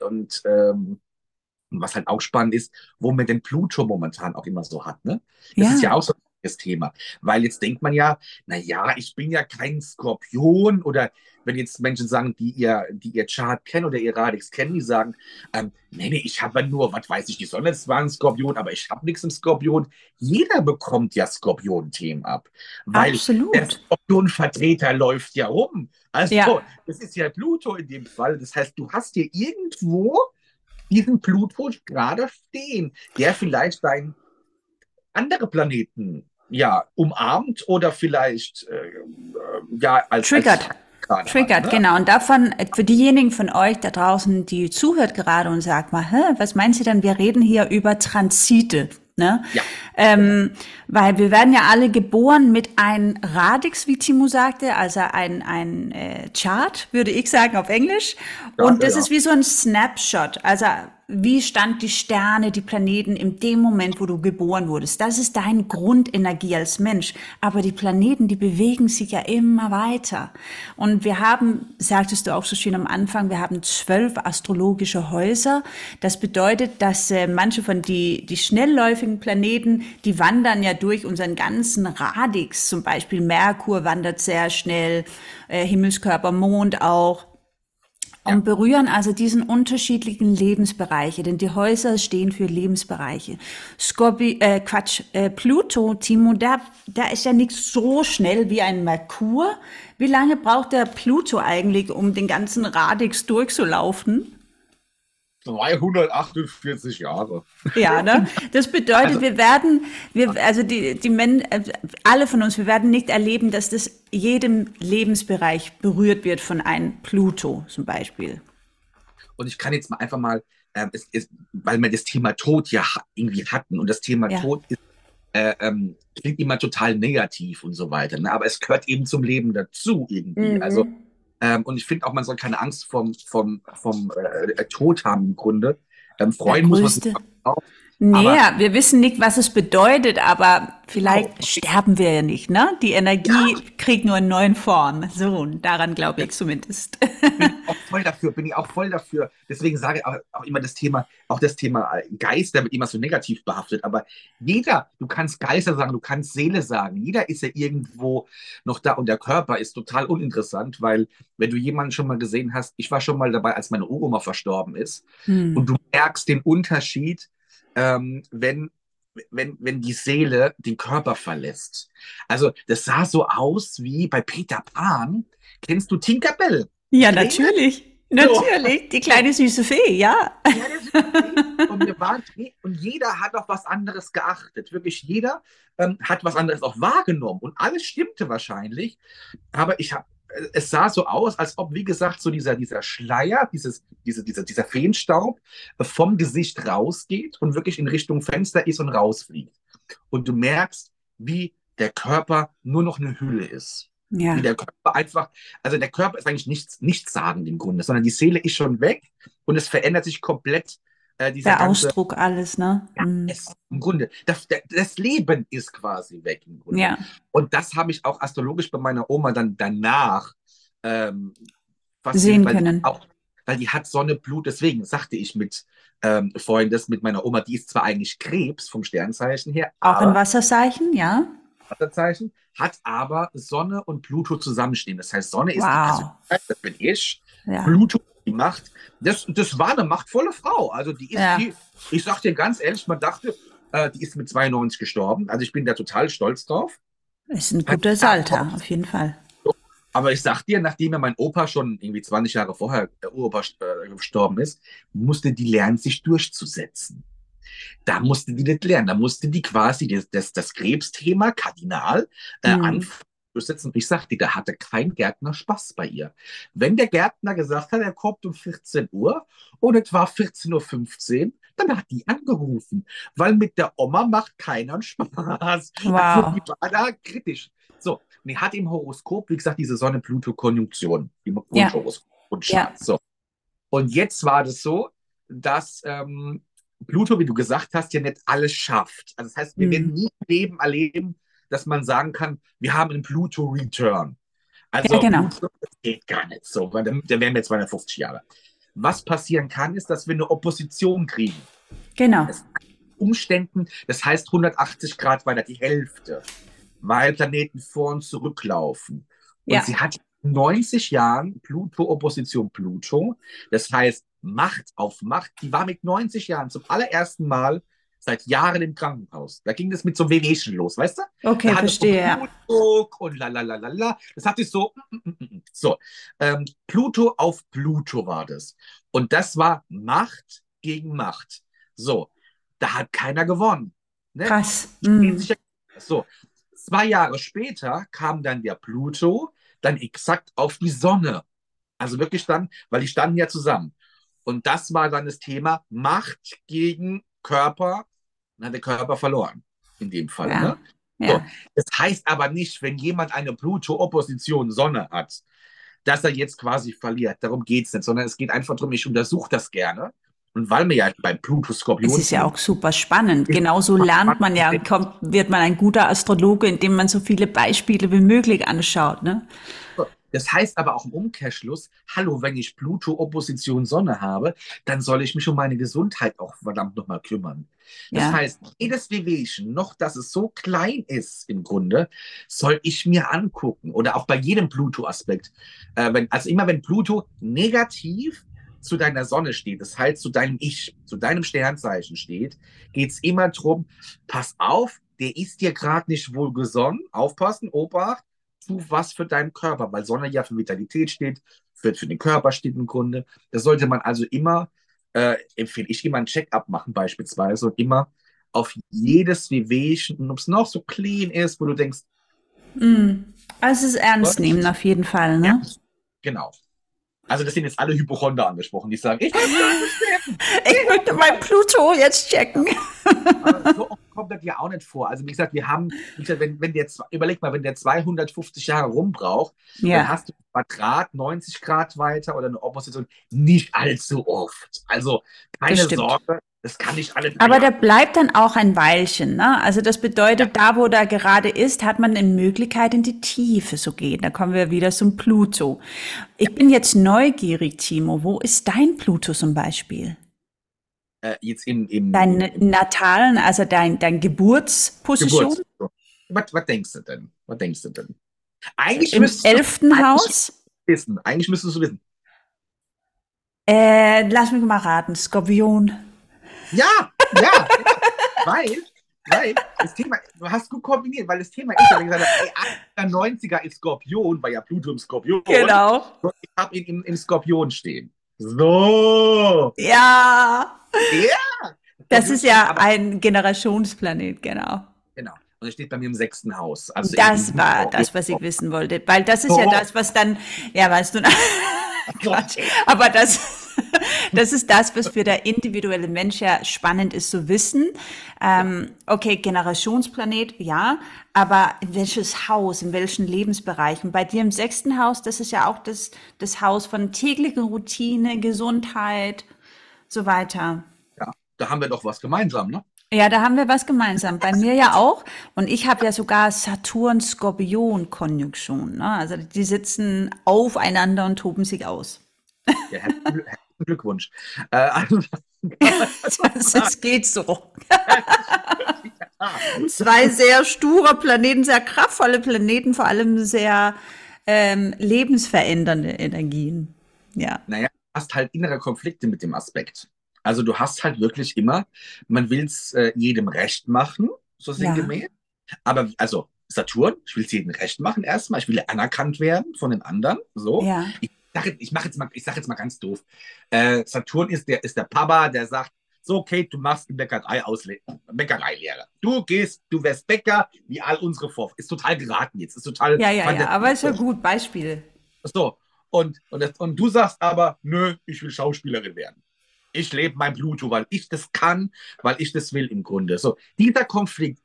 und was halt auch spannend ist, wo man den Pluto momentan auch immer so hat, ne? Das ist ja ja, auch so das Thema. Weil jetzt denkt man ja, naja, ich bin ja kein Skorpion oder wenn jetzt Menschen sagen, die ihr Chart kennen oder ihr Radix kennen, die sagen, nee, ich habe ja nur, was weiß ich, die Sonne ist zwar ein Skorpion, aber ich habe nichts im Skorpion. Jeder bekommt ja Skorpion-Themen ab, weil der absolut. Skorpion-Vertreter läuft ja rum. Ja, Also, das ist ja Pluto in dem Fall. Das heißt, du hast hier irgendwo diesen Pluto gerade stehen, der vielleicht dein andere Planeten ja umarmt oder vielleicht ja als triggert. Feind gerade hat. Triggert, Ne? genau. Und davon, für diejenigen von euch da draußen, die zuhört gerade und sagt mal, hä, was meint sie denn? Wir reden hier über Transite. Ne? Ja, genau. Weil wir werden ja alle geboren mit einem Radix, wie Timo sagte, also ein Chart, würde ich sagen auf Englisch. Ja, Und ja, das ja. ist wie so ein Snapshot. Also wie stand die Sterne, die Planeten in dem Moment, wo du geboren wurdest. Das ist deine Grundenergie als Mensch. Aber die Planeten, die bewegen sich ja immer weiter. Und wir haben, sagtest du auch so schön am Anfang, wir haben 12 astrologische Häuser. Das bedeutet, dass manche von die schnellläufigen Planeten, die wandern ja durch unseren ganzen Radix. Zum Beispiel Merkur wandert sehr schnell, Himmelskörper Mond auch Ja. und berühren also diesen unterschiedlichen Lebensbereiche, denn die Häuser stehen für Lebensbereiche. Pluto, Timo, der ist ja nicht so schnell wie ein Merkur. Wie lange braucht der Pluto eigentlich, um den ganzen Radix durchzulaufen? 348 Jahre. Ja, ne? Das bedeutet, Also, also alle von uns, wir werden nicht erleben, dass das jedem Lebensbereich berührt wird von einem Pluto zum Beispiel. und ich kann jetzt mal einfach mal, weil wir das Thema Tod ja irgendwie hatten und das Thema Ja. Tod ist klingt immer total negativ und so weiter. Ne? Aber es gehört eben zum Leben dazu irgendwie. Also, Mhm. und ich finde auch, man soll keine Angst vom Tod haben im Grunde. Der Freuen muss man sich größte. auch. Nee, Aber ja, wir wissen nicht, was es bedeutet, aber genau, vielleicht sterben wir ja nicht, ne? Die ja, Energie kriegt nur eine neue Form. So, daran glaube ich zumindest. bin ich auch voll dafür. Deswegen sage ich auch immer auch das Thema Geister wird immer so negativ behaftet. Aber du kannst Geister sagen, du kannst Seele sagen. Jeder ist ja irgendwo noch da und der Körper ist total uninteressant, weil wenn du jemanden schon mal gesehen hast, ich war schon mal dabei, als meine Uroma verstorben ist und Hm. du merkst den Unterschied, wenn wenn die Seele den Körper verlässt. Also das sah so aus wie bei Peter Pan. Kennst du Tinkerbell? Die Ja, Kleine? natürlich. So. Natürlich. Die So. kleine süße Fee, ja. Ja, das ist okay. Und wir waren und jeder hat auf was anderes geachtet. Wirklich jeder hat was anderes auch wahrgenommen. Und alles stimmte wahrscheinlich. Aber es sah so aus, als ob, wie gesagt, so dieser Schleier, dieser Feenstaub vom Gesicht rausgeht und wirklich in Richtung Fenster ist und rausfliegt. Und du merkst, wie der Körper nur noch eine Hülle ist. Wie Ja, der Körper einfach, also der Körper ist eigentlich nichts sagen im Grunde, sondern die Seele ist schon weg und es verändert sich komplett dieser der ganze, Ausdruck, alles, ne? ja, im Grunde, das Leben ist quasi weg im Grunde. Ja, Und das habe ich auch astrologisch bei meiner Oma dann danach ähm, sehen fasziniert, können. weil die hat Sonne, Blut, deswegen sagte ich mit vorhin das mit meiner Oma, die ist zwar eigentlich Krebs vom Sternzeichen her, Auch ein aber Wasserzeichen, ja? Wasserzeichen, hat aber Sonne und Pluto zusammenstehen. Das heißt, Sonne ist die Wow. Persönlichkeit, das bin ich, Ja, Pluto die Macht. Das war eine machtvolle Frau. Also die ist ja. viel, ich sag dir ganz ehrlich, man dachte, die ist mit 92 gestorben. Also ich bin da total stolz drauf. Ist ein gutes Alter, auf jeden Fall. Aber ich sag dir, nachdem ja mein Opa schon irgendwie 20 Jahre vorher, der Uropa gestorben ist, musste die lernen, sich durchzusetzen. Da musste die das lernen. Da musste die quasi das Krebsthema kardinal Hm. anfangen durchsetzen. Und ich sagte, da hatte kein Gärtner Spaß bei ihr. Wenn der Gärtner gesagt hat, er kommt um 14 Uhr und es war 14:15 Uhr, dann hat die angerufen, weil mit der Oma macht keiner Spaß. Also die Wow. war da kritisch. So, und die hat im Horoskop, wie gesagt, diese Sonne-Pluto-Konjunktion im Ja, Grundhoroskop und ja. Chart. So. Und jetzt war das so, dass Pluto, wie du gesagt hast, ja nicht alles schafft. Also das heißt, wir werden Hm. nie im Leben erleben, dass man sagen kann, wir haben einen Pluto-Return. Ja, Also genau. Pluto, das geht gar nicht so, weil dann wären wir 250 Jahre. Was passieren kann, ist, dass wir eine Opposition kriegen. Genau. Es Umständen, das heißt 180 Grad weiter, die Hälfte, weil Planeten vor und zurücklaufen. Und sie Ja. hat 90 Jahren Pluto-Opposition Pluto, das heißt Macht auf Macht. Die war mit 90 Jahren zum allerersten Mal seit Jahren im Krankenhaus. Da ging das mit so Wehwehchen los, weißt du? Da Okay, hatte so verstehe, ja. Blutdruck und la la la la la. Das hatte ich so. So. Pluto auf Pluto war das. Und das war Macht gegen Macht. So, da hat keiner gewonnen. Ne? Krass. Hm. So, 2 Jahre später kam dann der Pluto dann exakt auf die Sonne. Also wirklich dann, weil die standen ja zusammen. Und das war dann das Thema Macht gegen Körper. Dann hat der Körper verloren, in dem Fall. Ja, Ne? So, ja. das heißt aber nicht, wenn jemand eine Pluto-Opposition Sonne hat, dass er jetzt quasi verliert. Darum geht es nicht, sondern es geht einfach darum, ich untersuche das gerne. Und weil mir ja beim Es Pluto-Skorpion ist ja sind, auch super spannend. ist Genauso super lernt man ja spannend. und kommt, wird man ein guter Astrologe, indem man so viele Beispiele wie möglich anschaut, ne? Das heißt aber auch im Umkehrschluss, hallo, wenn ich Pluto-Opposition Sonne habe, dann soll ich mich um meine Gesundheit auch verdammt nochmal kümmern. Das Ja, heißt, jedes Wehwehchen, noch dass es so klein ist im Grunde, soll ich mir angucken. Oder auch bei jedem Pluto-Aspekt. Also immer wenn Pluto negativ zu deiner Sonne steht, das heißt zu deinem Ich, zu deinem Sternzeichen steht, geht es immer darum, pass auf, der ist dir gerade nicht wohlgesonnen, aufpassen, Obacht, tu was für deinen Körper, weil Sonne ja für Vitalität steht, für den Körper steht im Grunde. Das sollte man also immer, empfehle ich immer ein Check-up machen beispielsweise und immer auf jedes Wehwehchen, ob es noch so clean ist, wo du denkst, also es ist ernst nehmen auf jeden Fall, ja, ne? genau. Also das sind jetzt alle Hypochonder angesprochen, die sagen, ich möchte alles checken. Ich möchte mein Pluto jetzt checken. Aber so oft kommt das ja auch nicht vor. Also wie gesagt, wie gesagt, wenn überleg mal, wenn der 250 Jahre rumbraucht, dann Ja, hast du ein Quadrat 90 Grad weiter oder eine Opposition nicht allzu oft. Also das keine stimmt. Sorge, das kann nicht alle drei Aber der Jahre. bleibt dann auch ein Weilchen, ne? Also das Ja, bedeutet, da wo der gerade ist, hat man eine Möglichkeit, in die Tiefe zu gehen. Da kommen wir wieder zum Pluto. ja. Ich bin jetzt neugierig, Timo. Wo ist dein Pluto zum Beispiel? Jetzt im Dein Natalen, also dein Geburtsposition? Geburt. Was denkst du denn? Was denkst du denn? Eigentlich Im müsstest du elften eigentlich Haus? wissen. Eigentlich müsstest du wissen. Lass mich mal raten. Skorpion. Ja, ja, weil, weil das Thema, du hast gut kombiniert, weil das Thema ist ja, wie gesagt, ey, 80er, 90er ist Skorpion, weil ja Pluto im Skorpion. Genau. Und ich habe ihn im Skorpion stehen. So. Ja. Ja. Das Skorpion ist steht ja aber, ein Generationsplanet, genau. genau. Und er steht bei mir im 6. Haus. Also im Das war Blutraum. das, was ich wissen wollte. Weil das ist ja So. das, was dann, ja, weißt du, So. Quatsch. Aber das, Das ist das, was für der individuelle Mensch ja spannend ist zu wissen. Okay, Generationsplanet, ja, aber in welches Haus, in welchen Lebensbereichen? Bei dir im sechsten Haus, das ist ja auch das Haus von täglicher Routine, Gesundheit, so weiter. Ja, da haben wir doch was gemeinsam, ne? Ja, da haben wir was gemeinsam. Bei mir ja auch. Und ich habe ja sogar Saturn-Skorpion-Konjunktion. Ne? Also die sitzen aufeinander und toben sich aus. Ja, herzlichen Glückwunsch. Also, kann man das so sagen? Es geht so. Das ist wirklich wahr. Zwei sehr sture Planeten, sehr kraftvolle Planeten, vor allem sehr lebensverändernde Energien. Ja, Naja, du hast halt innere Konflikte mit dem Aspekt. Also du hast halt wirklich immer, man will es jedem recht machen, so ja, sinngemäß. Aber also Saturn, ich will es jedem recht machen erstmal, ich will anerkannt werden von den anderen. So. ja, Ich sag jetzt mal ganz doof. Saturn ist der Papa, der sagt, so Kate, du machst die Bäckereilehre. Du wirst Bäcker, wie all unsere Vorfahren. Ist total geraten jetzt, ist total ja, aber ist ja fantasiert. gut, Beispiel. So, und du sagst aber, nö, ich will Schauspielerin werden. Ich lebe mein Pluto, weil ich das kann, weil ich das will im Grunde. So, dieser Konflikt,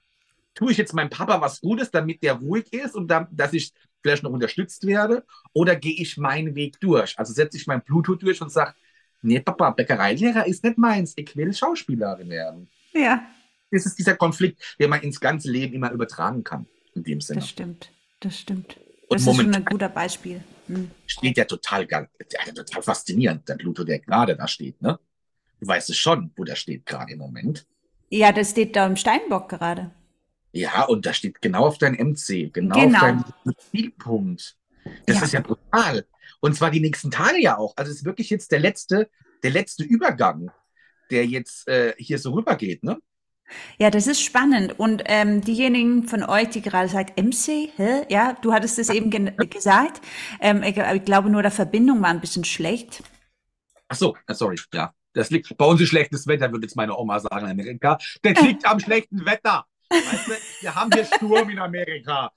tue ich jetzt meinem Papa was Gutes, damit der ruhig ist und dass ich vielleicht noch unterstützt werde, oder gehe ich meinen Weg durch? Also setze ich mein Pluto durch und sage, nee, Papa, Bäckereilehrer ist nicht meins, ich will Schauspielerin werden. Ja, Das ist dieser Konflikt, den man ins ganze Leben immer übertragen kann, in dem das Sinne. stimmt. Das stimmt. Und Das ist schon ein momentan guter Beispiel. Hm. steht ja total faszinierend, der Pluto, der gerade da steht, ne? Du weißt es schon, wo der steht gerade im Moment. Ja, das steht da im Steinbock gerade. Ja, und da steht genau auf dein MC, genau auf Genau. deinen Zielpunkt. Das Ja. ist ja brutal. Und zwar die nächsten Tage ja auch. Also es ist wirklich jetzt der letzte Übergang, der jetzt hier so rübergeht, ne? Ja, das ist spannend. Und diejenigen von euch, die gerade sagt, MC, hä? Ja, du hattest es eben gesagt. Ich glaube nur, der Verbindung war ein bisschen schlecht. Ach so, sorry, ja. Das liegt bei uns ist schlechtes Wetter, würde jetzt meine Oma sagen in Amerika. Das liegt am schlechten Wetter. Weißt du, wir haben hier Sturm in Amerika.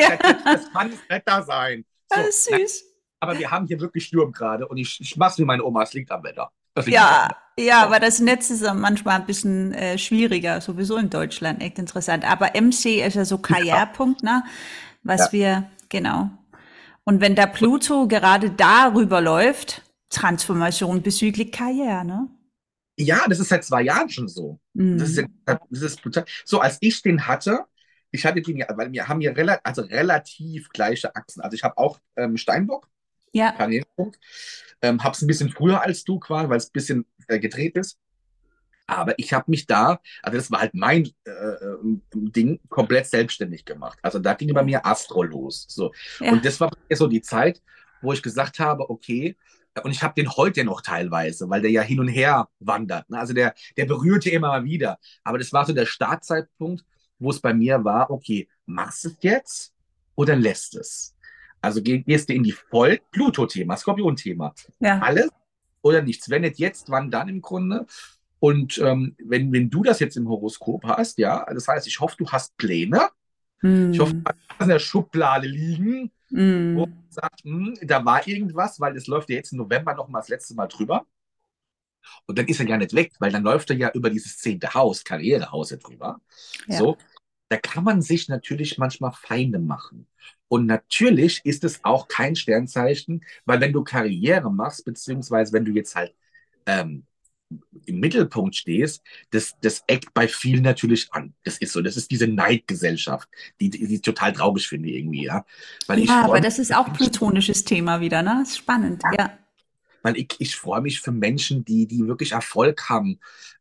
Ja, Das kann das Wetter sein. das So, ist nein, süß. aber wir haben hier wirklich Sturm gerade und ich mach's wie meine Oma, es liegt am Wetter. Das liegt einfach am Ja, Wetter. ja, So, aber das Netz ist ja manchmal ein bisschen schwieriger, sowieso in Deutschland, echt interessant. Aber MC ist ja so ja, Karrierepunkt, ne? Was ja. wir, genau. Und wenn der Pluto gerade darüber läuft, Transformation bezüglich Karriere, ne? Ja, das ist seit 2 Jahren schon so. Das ist, Mhm. das ist brutal. So, als ich den hatte, ich hatte den ja, weil wir haben ja relativ gleiche Achsen. Also ich habe auch Steinbock, Ja, Karrierepunkt, habe es ein bisschen früher als du quasi, weil es ein bisschen gedreht ist. Aber ich habe mich da, also das war halt mein Ding, komplett selbstständig gemacht. Also da ging bei ja, mir Astro los. So. Und ja, das war bei mir so die Zeit, wo ich gesagt habe, okay, und ich habe den heute noch teilweise, weil der ja hin und her wandert. Ne? Also der berührte immer mal wieder. Aber das war so der Startzeitpunkt, wo es bei mir war, okay, machst du es jetzt oder lässt es? Also gehst du in die Pluto-Thema, Skorpion-Thema. ja. Alles oder nichts. Wenn nicht jetzt, wann dann im Grunde? Und wenn du das jetzt im Horoskop hast, ja, das heißt, ich hoffe, du hast Pläne. Ich hoffe, Mhm. du hast in der Schublade liegen, wo man Mhm. sagt, da war irgendwas, weil es läuft ja jetzt im November noch mal das letzte Mal drüber. Und dann ist er ja nicht weg, weil dann läuft er ja über dieses 10. Haus, Karrierehaus ja drüber. Ja. So, da kann man sich natürlich manchmal Feinde machen. Und natürlich ist es auch kein Sternzeichen, weil wenn du Karriere machst, beziehungsweise wenn du jetzt halt ähm, im Mittelpunkt stehst, das eckt bei vielen natürlich an. Das ist so. Das ist diese Neidgesellschaft, die ich total traurig finde irgendwie, ja. Weil ich Ja, freue aber mich das ist für auch Menschen, plutonisches Thema wieder, ne? Ist spannend, ja. weil ich freue mich für Menschen, die wirklich Erfolg haben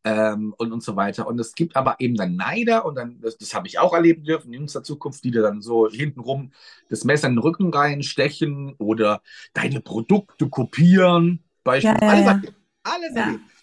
und so weiter. Und es gibt aber eben dann Neider und dann, das habe ich auch erleben dürfen in jüngster Zukunft, die dir dann so hintenrum das Messer in den Rücken reinstechen oder deine Produkte kopieren. Ja, Beispiel, ja, alles ja. erlebt. Alles Ja. erlebt.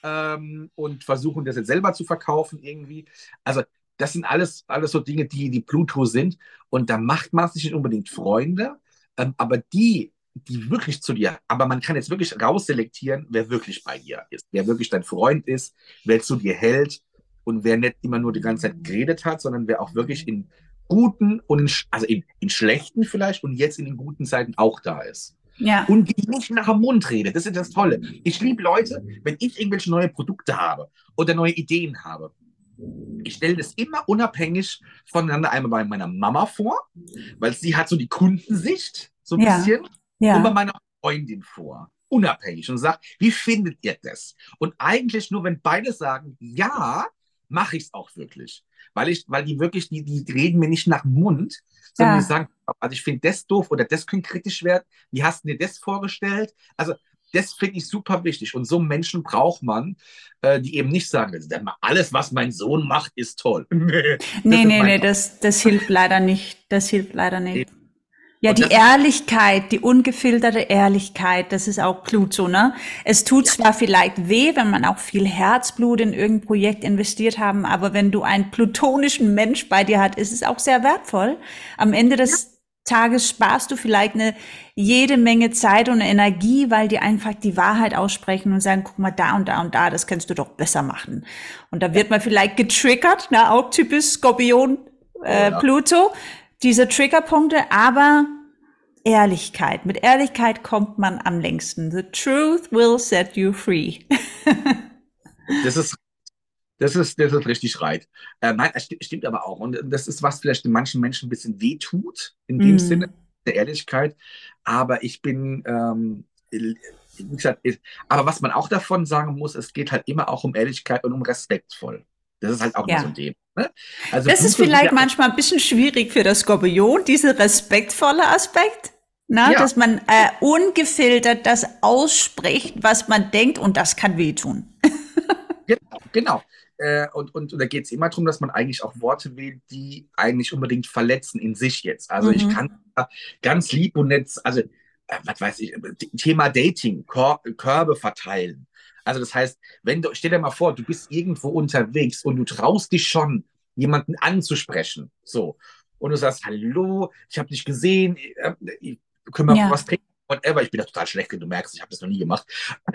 Und versuchen das jetzt selber zu verkaufen irgendwie. Also das sind alles so Dinge, die Pluto sind. Und da macht man sich nicht unbedingt Freunde, aber die wirklich zu dir, aber man kann jetzt wirklich rausselektieren, wer wirklich bei dir ist, wer wirklich dein Freund ist, wer zu dir hält und wer nicht immer nur die ganze Zeit geredet hat, sondern wer auch wirklich in guten und also in schlechten vielleicht und jetzt in den guten Zeiten auch da ist. Ja, und die nicht nach dem Mund rede. Das ist das Tolle. Ich liebe Leute, wenn ich irgendwelche neue Produkte habe oder neue Ideen habe. Ich stelle das immer unabhängig voneinander einmal bei meiner Mama vor, weil sie hat so die Kundensicht, so ein ja, bisschen, und bei ja, meiner Freundin vor, unabhängig und sagt, wie findet ihr das? Und eigentlich nur, wenn beide sagen, ja, mache ich es auch wirklich. Weil die wirklich, die reden mir nicht nach dem Mund, sondern die ja. sagen, also ich finde das doof oder das könnte kritisch werden. Wie hast du dir das vorgestellt? Also das finde ich super wichtig. Und so Menschen braucht man, die eben nicht sagen, alles, was mein Sohn macht, ist toll. Nee, das Nee, ist nee, mein nee, Sohn. das hilft leider nicht. Das hilft leider nicht. Ja, Und die das ist, Ehrlichkeit, die ungefilterte Ehrlichkeit, das ist auch klug so, ne? Es tut ja, zwar vielleicht weh, wenn man auch viel Herzblut in irgendein Projekt investiert haben, aber wenn du einen plutonischen Mensch bei dir hast, ist es auch sehr wertvoll. Am Ende ja, des Tages sparst du vielleicht jede Menge Zeit und Energie, weil die einfach die Wahrheit aussprechen und sagen, guck mal, da und da und da, das kannst du doch besser machen. Und da ja, wird man vielleicht getriggert, ne? Auch typisch Skorpion, oh ja. Pluto, diese Triggerpunkte, aber Ehrlichkeit. Mit Ehrlichkeit kommt man am längsten. The truth will set you free. Das ist, das ist richtig right. Nein, es stimmt aber auch. Und das ist, was vielleicht den manchen Menschen ein bisschen wehtut, in dem Sinne, Mm. der Ehrlichkeit. Aber ich bin, wie gesagt, aber was man auch davon sagen muss, es geht halt immer auch um Ehrlichkeit und um respektvoll. Das ist halt auch immer so ein Ja. Thema. Ne? Also Das ist Pluto will vielleicht ja auch, manchmal ein bisschen schwierig für das Skorpion, dieser respektvolle Aspekt. Na, ja, dass man ungefiltert das ausspricht, was man denkt, und das kann wehtun. genau, genau. Und da geht es immer darum, dass man eigentlich auch Worte wählt, die eigentlich unbedingt verletzen in sich jetzt. Also ich kann Mhm. ganz lieb und nett, also was weiß ich, Thema Dating, Körbe verteilen. Also das heißt, wenn du, stell dir mal vor, du bist irgendwo unterwegs und du traust dich schon, jemanden anzusprechen. So. Und du sagst, hallo, ich habe dich gesehen, können wir was Ja. trinken? Whatever. Ich bin da total schlecht, du merkst, ich habe das noch nie gemacht.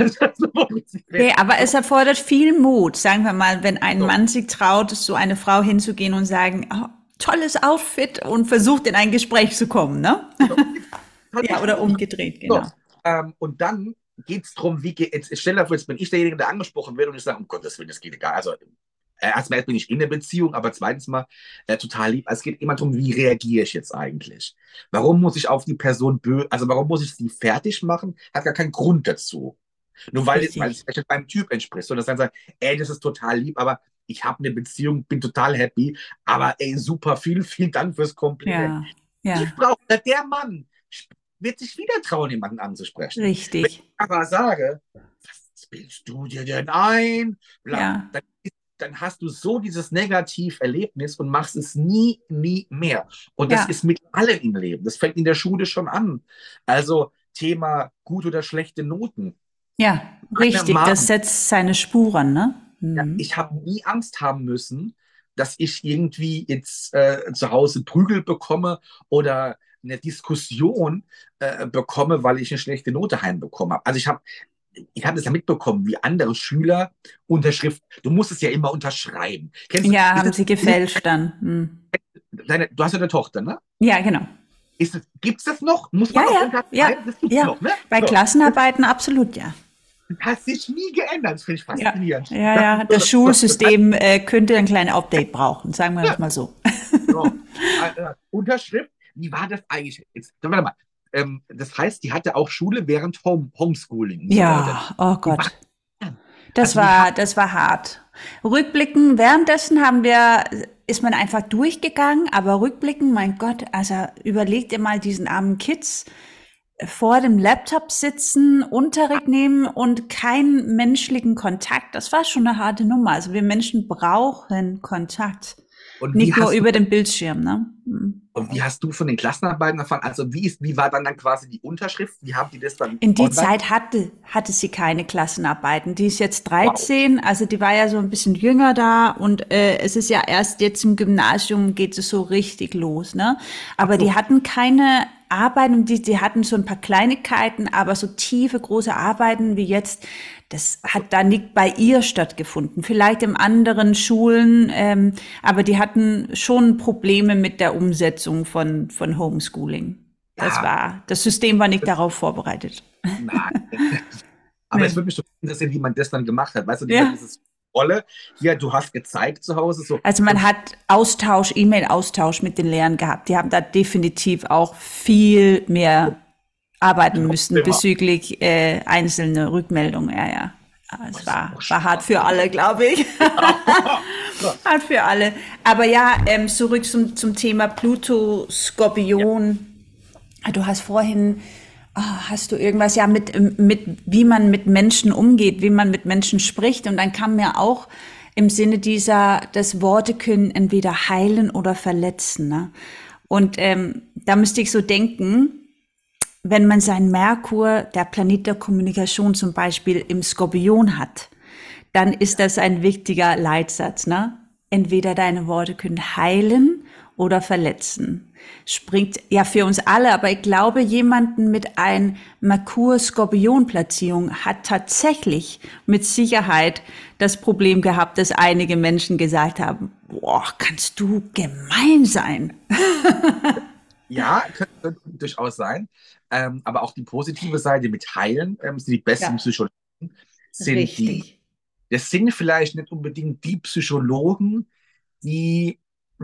Okay, aber es erfordert viel Mut, sagen wir mal, wenn ein So, Mann sich traut, zu einer Frau hinzugehen und sagen, oh, tolles Outfit und versucht in ein Gespräch zu kommen, ne? genau. Hat Ja, mich oder gut. umgedreht, So, genau. und dann geht es darum, jetzt stell dir vor, jetzt bin ich derjenige, der angesprochen wird und ich sage, um Gottes Willen, das geht egal. Also erstmal bin ich in der Beziehung, aber zweitens mal total lieb. Es geht immer darum, wie reagiere ich jetzt eigentlich? Warum muss ich auf die Person also warum muss ich sie fertig machen? Hat gar keinen Grund dazu. Nur weil es Richtig. vielleicht meinem Typ entspricht. Und das dann sagt, ey, das ist total lieb, aber ich habe eine Beziehung, bin total happy, aber ey, super, vielen Dank fürs Kompliment. Ja, Die ja, Frau, der Mann wird sich wieder trauen, jemanden anzusprechen. Wenn ich richtig. aber sage, was bildest du dir denn ein? Bla, Ja, dann hast du so dieses Negativerlebnis und machst es nie mehr. Und das ist ja, mit allen im Leben. Das fängt in der Schule schon an. Also Thema gut oder schlechte Noten. ja, Meine richtig. Das Mom, setzt seine Spuren, ne? ja, Mhm. ich habe nie Angst haben müssen, dass ich irgendwie jetzt zu Hause Prügel bekomme oder eine Diskussion bekomme, weil ich eine schlechte Note heimbekommen habe. Also ich habe es ja mitbekommen, wie andere Schüler Unterschrift, du musst es ja immer unterschreiben. Kennst du, Ja, haben sie gefälscht dann. Mhm. du hast ja eine Tochter, ne? Ja, genau. Gibt es das noch? Muss Ja, man noch ja, ja, unterschreiben? Das gibt's ja. noch, ne? Bei So, Klassenarbeiten absolut, ja. das hat sich nie geändert. Das finde ich Ja, faszinierend. ja, Das, ja. Das das heißt, Schulsystem könnte ein kleines Update brauchen, sagen wir es mal so. so, Unterschrift, wie war das eigentlich? Jetzt, warte mal. Das heißt, die hatte auch Schule während Homeschooling und so weiter. Ja, oh Wie war Gott. das? Also Das war hart. Rückblicken, währenddessen ist man einfach durchgegangen, aber rückblicken, mein Gott, also überleg dir mal diesen armen Kids vor dem Laptop sitzen, Unterricht nehmen und keinen menschlichen Kontakt. Das war schon eine harte Nummer. Also wir Menschen brauchen Kontakt. und wie Nicht nur hast du über den Bildschirm, ne? Mhm. und wie hast du von den Klassenarbeiten erfahren? Also wie war dann quasi die Unterschrift? Wie haben die das dann In die online? Zeit hatte sie keine Klassenarbeiten. Die ist jetzt Wow. 13, also die war ja so ein bisschen jünger da und es ist ja erst jetzt im Gymnasium geht es so richtig los, ne? Ach Aber die so. hatten keine Arbeiten, die hatten so ein paar Kleinigkeiten, aber so tiefe, große Arbeiten wie jetzt, das Ach so. hat da nicht bei ihr stattgefunden. Vielleicht in anderen Schulen, aber die hatten schon Probleme mit der Umsetzung von Homeschooling. Ja, Das System war nicht darauf vorbereitet. nein. Aber es Nee. würde mich so interessieren, wie man das dann gemacht hat. Weißt du, Ja. dieses Rolle, hier, du hast gezeigt zu Hause, so. Also man Und hat Austausch, E-Mail-Austausch mit den Lehrern gehabt. Die haben da definitiv auch viel mehr arbeiten noch müssen schlimmer. bezüglich einzelne Rückmeldungen. Ja, ja. Es Das ist noch war hart schlimmer. für alle, glaube ich. Ja. Hart für alle. Aber ja, zurück zum Thema Pluto, Ja. Skorpion. Du hast vorhin, hast du irgendwas, ja, mit, wie man mit Menschen umgeht, wie man mit Menschen spricht. Und dann kam mir auch im Sinne dass Worte können entweder heilen oder verletzen. Ne? Und da müsste ich so denken, wenn man seinen Merkur, der Planet der Kommunikation zum Beispiel, im Skorpion hat, dann ist das ein wichtiger Leitsatz, ne? Entweder deine Worte können heilen oder verletzen. Springt ja für uns alle, aber ich glaube, jemanden mit ein Merkur-Skorpion-Platzierung hat tatsächlich mit Sicherheit das Problem gehabt, dass einige Menschen gesagt haben, boah, kannst du gemein sein. Ja, könnte durchaus sein. Aber auch die positive Seite mit Heilen sind die besten Ja, Psychologen, sind die, richtig. das sind vielleicht nicht unbedingt die Psychologen, die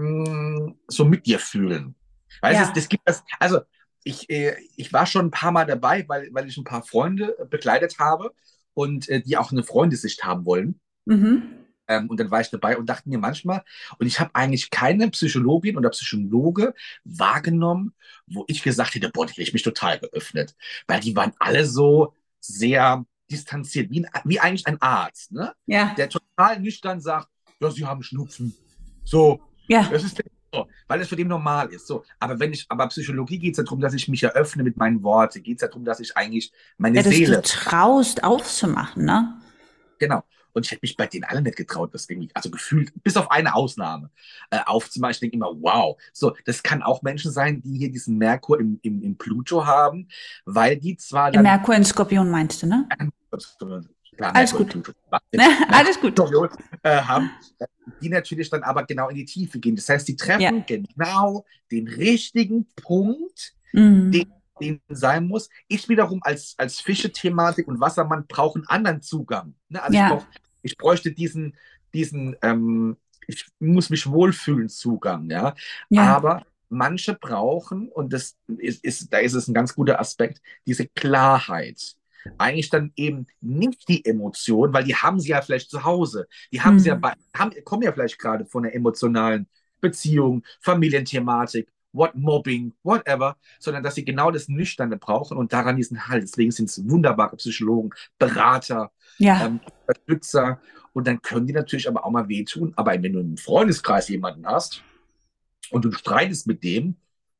so mit dir fühlen. Weißt du, das Ja. gibt das, also ich war schon ein paar Mal dabei, weil ich ein paar Freunde begleitet habe und die auch eine Freundesicht haben wollen. Mhm. Und dann war ich dabei und dachte mir manchmal, und ich habe eigentlich keine Psychologin oder Psychologe wahrgenommen, wo ich gesagt hätte, boah, die hätte ich mich total geöffnet. Weil die waren alle so sehr distanziert, wie eigentlich ein Arzt, ne? Ja. Der total nüchtern sagt, ja, sie haben Schnupfen. So, Ja. das ist so, weil es für den normal ist. So, aber Psychologie geht es ja darum, dass ich mich eröffne mit meinen Worten. Geht es ja darum, dass ich eigentlich meine Ja, dass du Seele. traust, aufzumachen, ne? Genau. Und ich hätte mich bei denen alle nicht getraut, das irgendwie, also gefühlt, bis auf eine Ausnahme, aufzumachen. Ich denke immer, wow. So, das kann auch Menschen sein, die hier diesen Merkur im Pluto haben, weil die zwar Im dann, Merkur in Skorpion meinst du, ne? klar, Alles Merkur im gut. Pluto, Alles gut. Merkur, haben, die natürlich dann aber genau in die Tiefe gehen. Das heißt, die Ja. treffen genau den richtigen Punkt, den, Mhm. den sein muss. Ich wiederum als Fische-Thematik und Wassermann brauche einen anderen Zugang. Ne? Also Ja. ich bräuchte ich muss mich wohlfühlen Zugang, ja. Ja. Aber manche brauchen, und da ist es ein ganz guter Aspekt, diese Klarheit. Eigentlich dann eben nicht die Emotion, weil die haben sie ja vielleicht zu Hause. Die haben sie ja Mhm. kommen ja vielleicht gerade von einer emotionalen Beziehung, Familienthematik, Mobbing, whatever, sondern dass sie genau das Nüchterne brauchen und daran diesen Halt. Deswegen sind es wunderbare Psychologen, Berater, Ja. Unterstützer und dann können die natürlich aber auch mal wehtun. Aber wenn du im Freundeskreis jemanden hast und du streitest mit dem,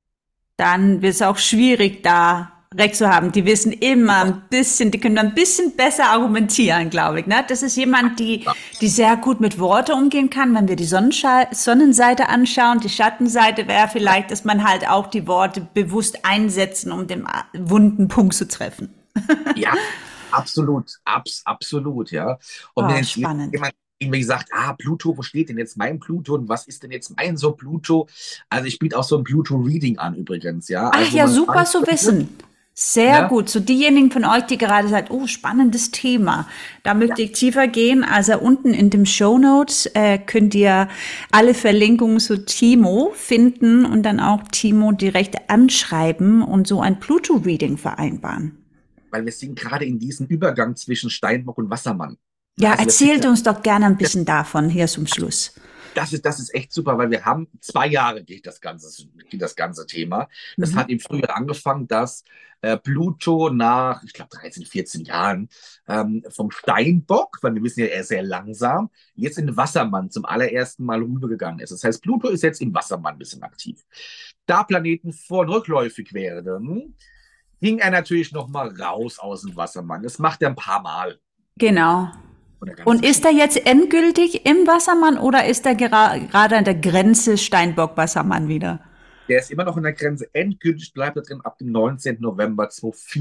Dann wird es auch schwierig, da recht zu haben. Die wissen immer ein bisschen, die können ein bisschen besser argumentieren, glaube ich. Ne? Das ist jemand, die sehr gut mit Worte umgehen kann. Wenn wir die Sonnenseite anschauen, die Schattenseite wäre vielleicht, dass man halt auch die Worte bewusst einsetzen, um den wunden Punkt zu treffen. ja, absolut, absolut, ja. Und wenn Oh, jetzt spannend. jemand irgendwie sagt, Pluto, wo steht denn jetzt mein Pluto und was ist denn jetzt mein so Pluto? Also ich biete auch so ein Pluto-Reading an übrigens, ja. Ach Also wo ja, man super fragen zu könnte, wissen. Sehr ne? gut. So diejenigen von euch, die gerade sagt, oh, spannendes Thema. Da Ja, möchte ich tiefer gehen. Also unten in dem Show Notes könnt ihr alle Verlinkungen zu Timo finden und dann auch Timo direkt anschreiben und so ein Pluto-Reading vereinbaren. weil wir sind gerade in diesem Übergang zwischen Steinbock und Wassermann. Ja, Also das sind erzählt uns doch gerne ein bisschen davon hier zum Schluss. das ist echt super, weil wir haben 2 Jahre geht das ganze Thema. Das hat Mhm. im Frühjahr angefangen, dass Pluto nach, ich glaube, 13, 14 Jahren vom Steinbock, weil wir wissen ja, er ist sehr langsam, jetzt in den Wassermann zum allerersten Mal rübergegangen ist. Das heißt, Pluto ist jetzt im Wassermann ein bisschen aktiv. Da Planeten vorn rückläufig werden, ging er natürlich noch mal raus aus dem Wassermann. Das macht er ein paar Mal Genau. von der Und ganzen ist Geschichte. er jetzt endgültig im Wassermann oder ist er gerade an der Grenze Steinbock-Wassermann wieder? Der ist immer noch in der Grenze. Endgültig bleibt er drin ab dem 19. November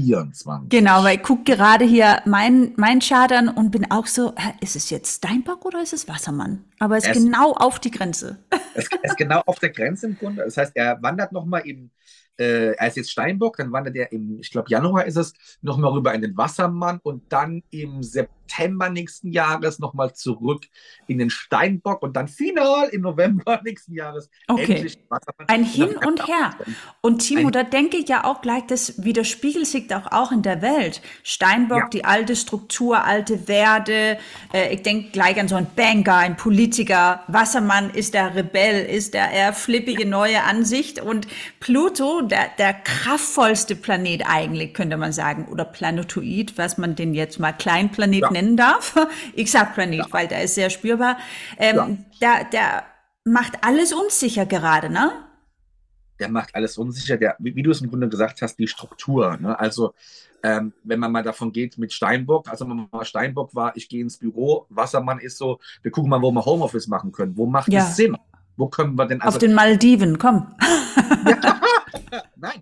Genau, 2024. weil ich gucke gerade hier mein Chart an und bin auch so, ist es jetzt Steinbock oder ist es Wassermann? Aber es ist Er ist, genau auf die Grenze. er ist genau auf der Grenze im Grunde. Das heißt, er wandert nochmal er ist jetzt Steinbock, dann wandert er ich glaube Januar ist es, nochmal rüber in den Wassermann und dann im September nächsten Jahres nochmal zurück in den Steinbock und dann final im November nächsten Jahres Okay. endlich Wassermann. Ein Und dann Hin und Her. Und Timo, ein, da denke ich ja auch gleich, das widerspiegelt sich doch auch in der Welt. Steinbock, ja, die alte Struktur, alte Werte. Ich denke gleich an so einen Banker, einen Politiker. Wassermann ist der Rebell, ist der eher flippige neue Ansicht. Und Pluto, der kraftvollste Planet eigentlich, könnte man sagen. Oder Planetoid, was man den jetzt mal Kleinplanet ja, nennen darf. Ich sag ja, Planet, weil der ist sehr spürbar. ja. Der macht alles unsicher gerade, ne? Der macht alles unsicher. Wie du es im Grunde gesagt hast, die Struktur. Ne? Also, wenn man mal davon geht mit Steinbock, also wenn man mal Steinbock war, ich gehe ins Büro, Wassermann ist so, wir gucken mal, wo wir Homeoffice machen können. Wo macht es Ja, Sinn? Wo können wir denn, auf also, den Malediven, komm. ja, nein,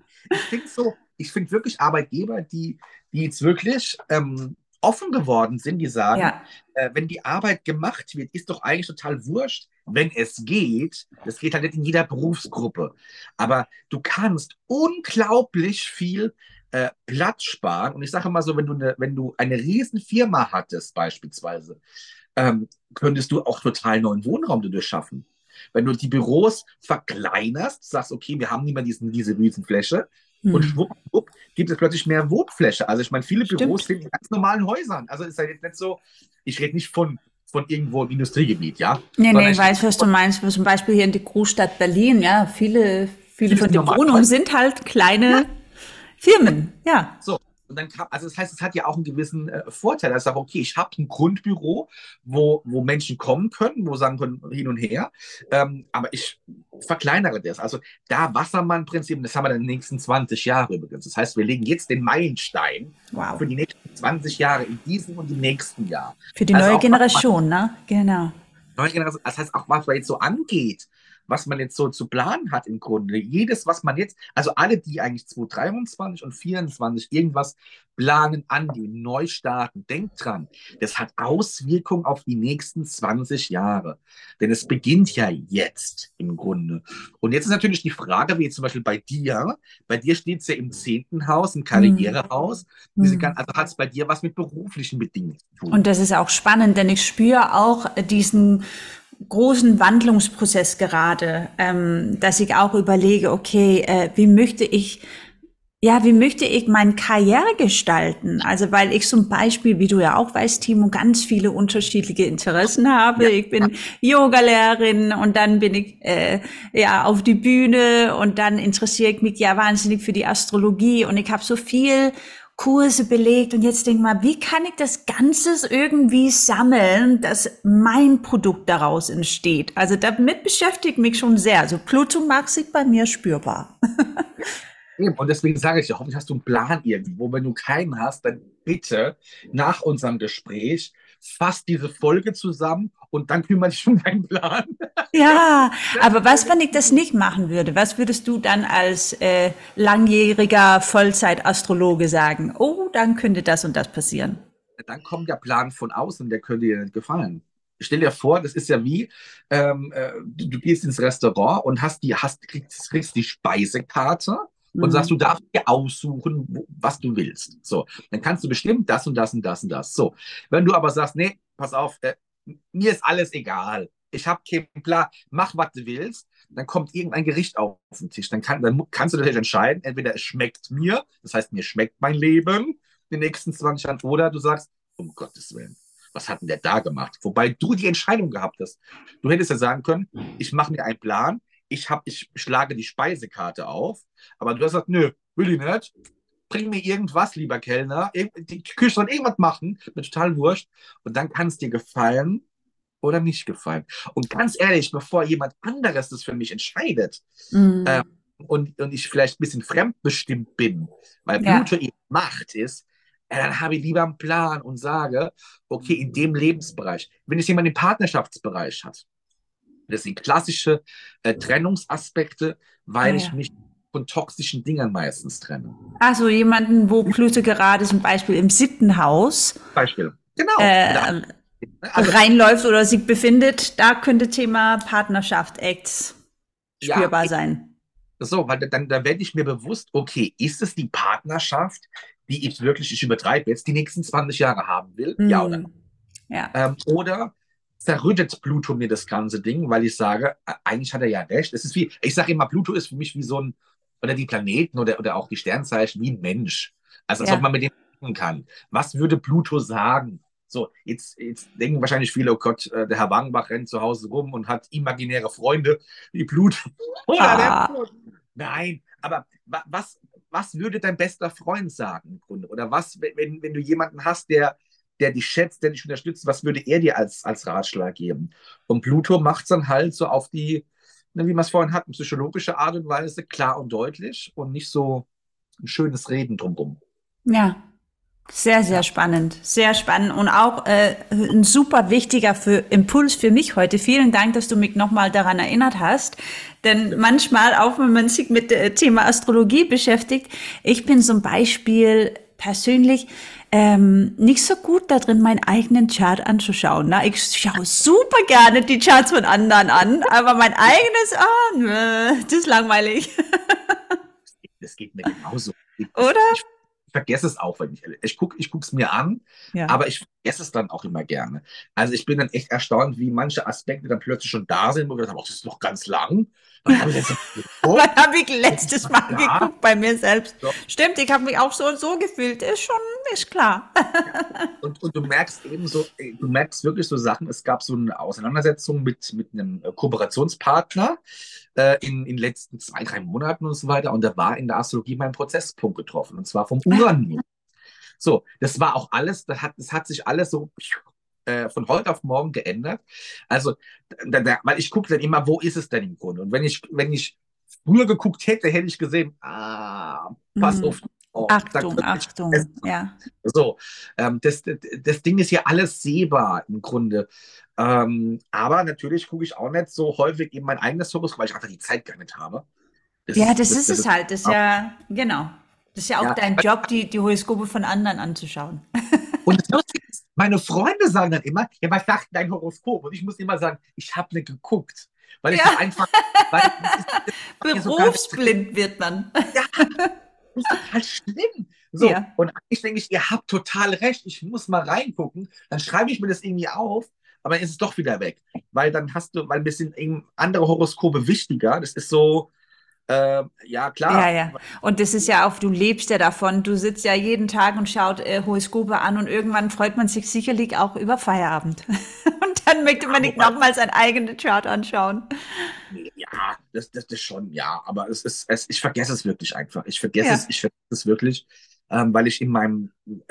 ich finde wirklich Arbeitgeber, die jetzt wirklich offen geworden sind, die sagen, Ja, wenn die Arbeit gemacht wird, ist doch eigentlich total wurscht, wenn es geht. Das geht halt nicht in jeder Berufsgruppe. Aber du kannst unglaublich viel Platz sparen. Und ich sage mal so, wenn du eine riesen Firma hattest, beispielsweise, könntest du auch total neuen Wohnraum dadurch schaffen. Wenn du die Büros verkleinerst, sagst, okay, wir haben nicht mehr diese Riesenfläche und hm. schwuppdiwupp gibt es plötzlich mehr Wohnfläche. Also ich meine, viele Büros Stimmt. sind in ganz normalen Häusern. Also ist ja jetzt nicht so, ich rede nicht von irgendwo im Industriegebiet, ja, Nee, sondern ich ich rede weiß, was du von meinst. Zum Beispiel hier in der Großstadt Berlin, ja, viele vielen von den normalen Wohnungen Häusern. sind halt Ja, kleine Firmen, ja. so. Und dann also das heißt, es hat ja auch einen gewissen Vorteil. Also ich sage, okay, ich habe ein Grundbüro, wo Menschen kommen können, wo sagen können, hin und her. Aber ich verkleinere das. Also da Wassermann-Prinzip, das haben wir dann in den nächsten 20 Jahre übrigens. Das heißt, wir legen jetzt den Meilenstein Wow. für die nächsten 20 Jahre in diesem und im nächsten Jahr. Für die Also neue auch Generation, ne? Genau. neue Generation, das heißt auch, was man jetzt so angeht, was man jetzt so zu planen hat im Grunde. Jedes, was man jetzt, also alle, die eigentlich 2023 und 2024 irgendwas planen, angehen, neu starten, denkt dran, das hat Auswirkungen auf die nächsten 20 Jahre. Denn es beginnt ja jetzt im Grunde. Und jetzt ist natürlich die Frage, wie jetzt zum Beispiel bei dir steht es ja im 10. Haus, im Hm. Karrierehaus, Hm. also hat es bei dir was mit beruflichen Bedingungen zu Und tun. das ist auch spannend, denn ich spüre auch diesen großen Wandlungsprozess gerade, dass ich auch überlege, okay, wie möchte ich meine Karriere gestalten? Also, weil ich zum Beispiel, wie du ja auch weißt, Timo, ganz viele unterschiedliche Interessen habe. Ja, Ich ja, bin Yogalehrerin und dann bin ich ja auf die Bühne und dann interessiere ich mich ja wahnsinnig für die Astrologie und ich habe so viel Kurse belegt und jetzt denk mal, wie kann ich das Ganze irgendwie sammeln, dass mein Produkt daraus entsteht? Also damit beschäftigt mich schon sehr. Also Pluto macht sich bei mir spürbar. eben. Und deswegen sage ich ja, hoffentlich hast du einen Plan irgendwo. Wenn du keinen hast, dann bitte nach unserem Gespräch fass diese Folge zusammen und dann kümmere dich um deinen Plan. Ja, Das aber was, wäre wenn ich das nicht machen würde? Was würdest du dann als langjähriger Vollzeitastrologe sagen? Oh, dann könnte das und das passieren. dann kommt der Plan von außen, der könnte dir nicht gefallen. Stell dir vor, das ist ja wie, du gehst ins Restaurant und kriegst die Speisekarte und sagst, du Mhm. darfst dir aussuchen, was du willst. So, dann kannst du bestimmt das und das und das und das. So, wenn du aber sagst, nee, pass auf, mir ist alles egal. Ich habe keinen Plan, mach, was du willst. Dann kommt irgendein Gericht auf den Tisch. Dann kannst du natürlich entscheiden, entweder es schmeckt mir, das heißt, mir schmeckt mein Leben, den nächsten 20 Jahren. Oder du sagst, um Gottes Willen, was hat denn der da gemacht? Wobei du die Entscheidung gehabt hast. Du hättest ja sagen können, ich mache mir einen Plan, ich schlage die Speisekarte auf, aber du hast gesagt, nö, will ich nicht. Bring mir irgendwas, lieber Kellner. Die Küche soll irgendwas machen, mir total wurscht. Und dann kann es dir gefallen oder nicht gefallen. Und ganz ehrlich, bevor jemand anderes das für mich entscheidet, äh, Mhm. und ich vielleicht ein bisschen fremdbestimmt bin, weil Pluto Ja. eben Macht ist, dann habe ich lieber einen Plan und sage, okay, in dem Lebensbereich, wenn es jemand im Partnerschaftsbereich hat, das sind klassische Trennungsaspekte, Ah weil ich ja. mich von toxischen Dingen meistens trenne. Also jemanden, wo Pluto gerade zum Beispiel im 7. Haus Beispiel. Genau. Oder, äh, also, reinläuft oder sich befindet, da könnte Thema Partnerschaft, Acts ja, spürbar sein. So, weil dann werde ich mir bewusst, okay, ist es die Partnerschaft, die ich wirklich, ich übertreibe jetzt, die nächsten 20 Jahre haben will? Ja oder Mm, nein? ja, Oder zerrüttet Pluto mir das ganze Ding, weil ich sage, eigentlich hat er ja recht. Es ist wie, ich sage immer, Pluto ist für mich wie so ein, oder die Planeten oder auch die Sternzeichen wie ein Mensch. Also als ob man ja. mit dem reden kann. Was würde Pluto sagen? So, jetzt denken wahrscheinlich viele, oh Gott, der Herr Wagenbach rennt zu Hause rum und hat imaginäre Freunde wie Pluto oder Ah, Neptun. Nein, aber was würde dein bester Freund sagen im Grunde? Oder was, wenn du jemanden hast, der dich schätzt, der dich unterstützt, was würde er dir als Ratschlag geben? Und Pluto macht es dann halt so auf die, ne, wie wir es vorhin hatten, psychologische Art und Weise, klar und deutlich und nicht so ein schönes Reden drumherum. ja. Sehr, sehr Ja. spannend. Sehr spannend und auch ein super wichtiger Impuls für mich heute. Vielen Dank, dass du mich nochmal daran erinnert hast. Denn manchmal, auch wenn man sich mit Thema Astrologie beschäftigt, ich bin zum Beispiel persönlich nicht so gut darin, meinen eigenen Chart anzuschauen. Ne? Ich schaue super gerne die Charts von anderen an, aber mein eigenes, nö, das ist langweilig. Das geht mir genauso. Oder? Ich vergesse es auch, wenn ich gucke es mir an, Ja. aber ich vergesse es dann auch immer gerne. Also ich bin dann echt erstaunt, wie manche Aspekte dann plötzlich schon da sind, wo wir sagen, oh, das ist noch ganz lang. Wann habe ich das jetzt Wann geguckt? habe ich Jetzt ist letztes das Mal klar. geguckt bei mir selbst? So, Stimmt, ich habe mich auch so und so gefühlt. Ist schon, ist klar. ja. Und du merkst eben so, du merkst wirklich so Sachen. Es gab so eine Auseinandersetzung mit einem Kooperationspartner in den letzten 2, 3 Monaten und so weiter. Und da war in der Astrologie mein Prozesspunkt getroffen, und zwar vom Uranus. So, das war auch alles, das hat sich alles so von heute auf morgen geändert. Also, weil ich gucke dann immer, wo ist es denn im Grunde? Und wenn ich früher geguckt hätte, hätte ich gesehen, pass auf, Hm. oh, da Achtung, könnte ich es. Achtung, ja. So, das Ding ist ja alles sehbar im Grunde. Aber natürlich gucke ich auch nicht so häufig eben mein eigenes Horoskop, weil ich einfach die Zeit gar nicht habe. Ja, Das, das das, ist das es ist, halt. Das ist ja, genau. Das ist ja auch ja, dein Job, die Horoskope von anderen anzuschauen. und das Lustige ist, meine Freunde sagen dann immer, ja, was sagt dein Horoskop? Und ich muss immer sagen, ich habe nicht geguckt. Weil ich das Ja, einfach, weil das war mir so gar nicht drin. berufsblind wird man. Ja, das ist total schlimm. So, Ja. und eigentlich denke ich, ihr habt total recht, ich muss mal reingucken. Dann schreibe ich mir das irgendwie auf, aber dann ist es doch wieder weg. Weil dann hast du, weil ein bisschen eben andere Horoskope wichtiger. Das ist so, ja, Ja, klar. ja. Und das ist ja auch, du lebst ja davon. Du sitzt ja jeden Tag und schaut Horoskope an und irgendwann freut man sich sicherlich auch über Feierabend. Und dann möchte man nicht Wobei, nochmal sein eigenes Chart anschauen. ja, das schon, ja, aber ich vergesse es wirklich einfach. Ja. Ich vergesse es wirklich, weil ich in meinem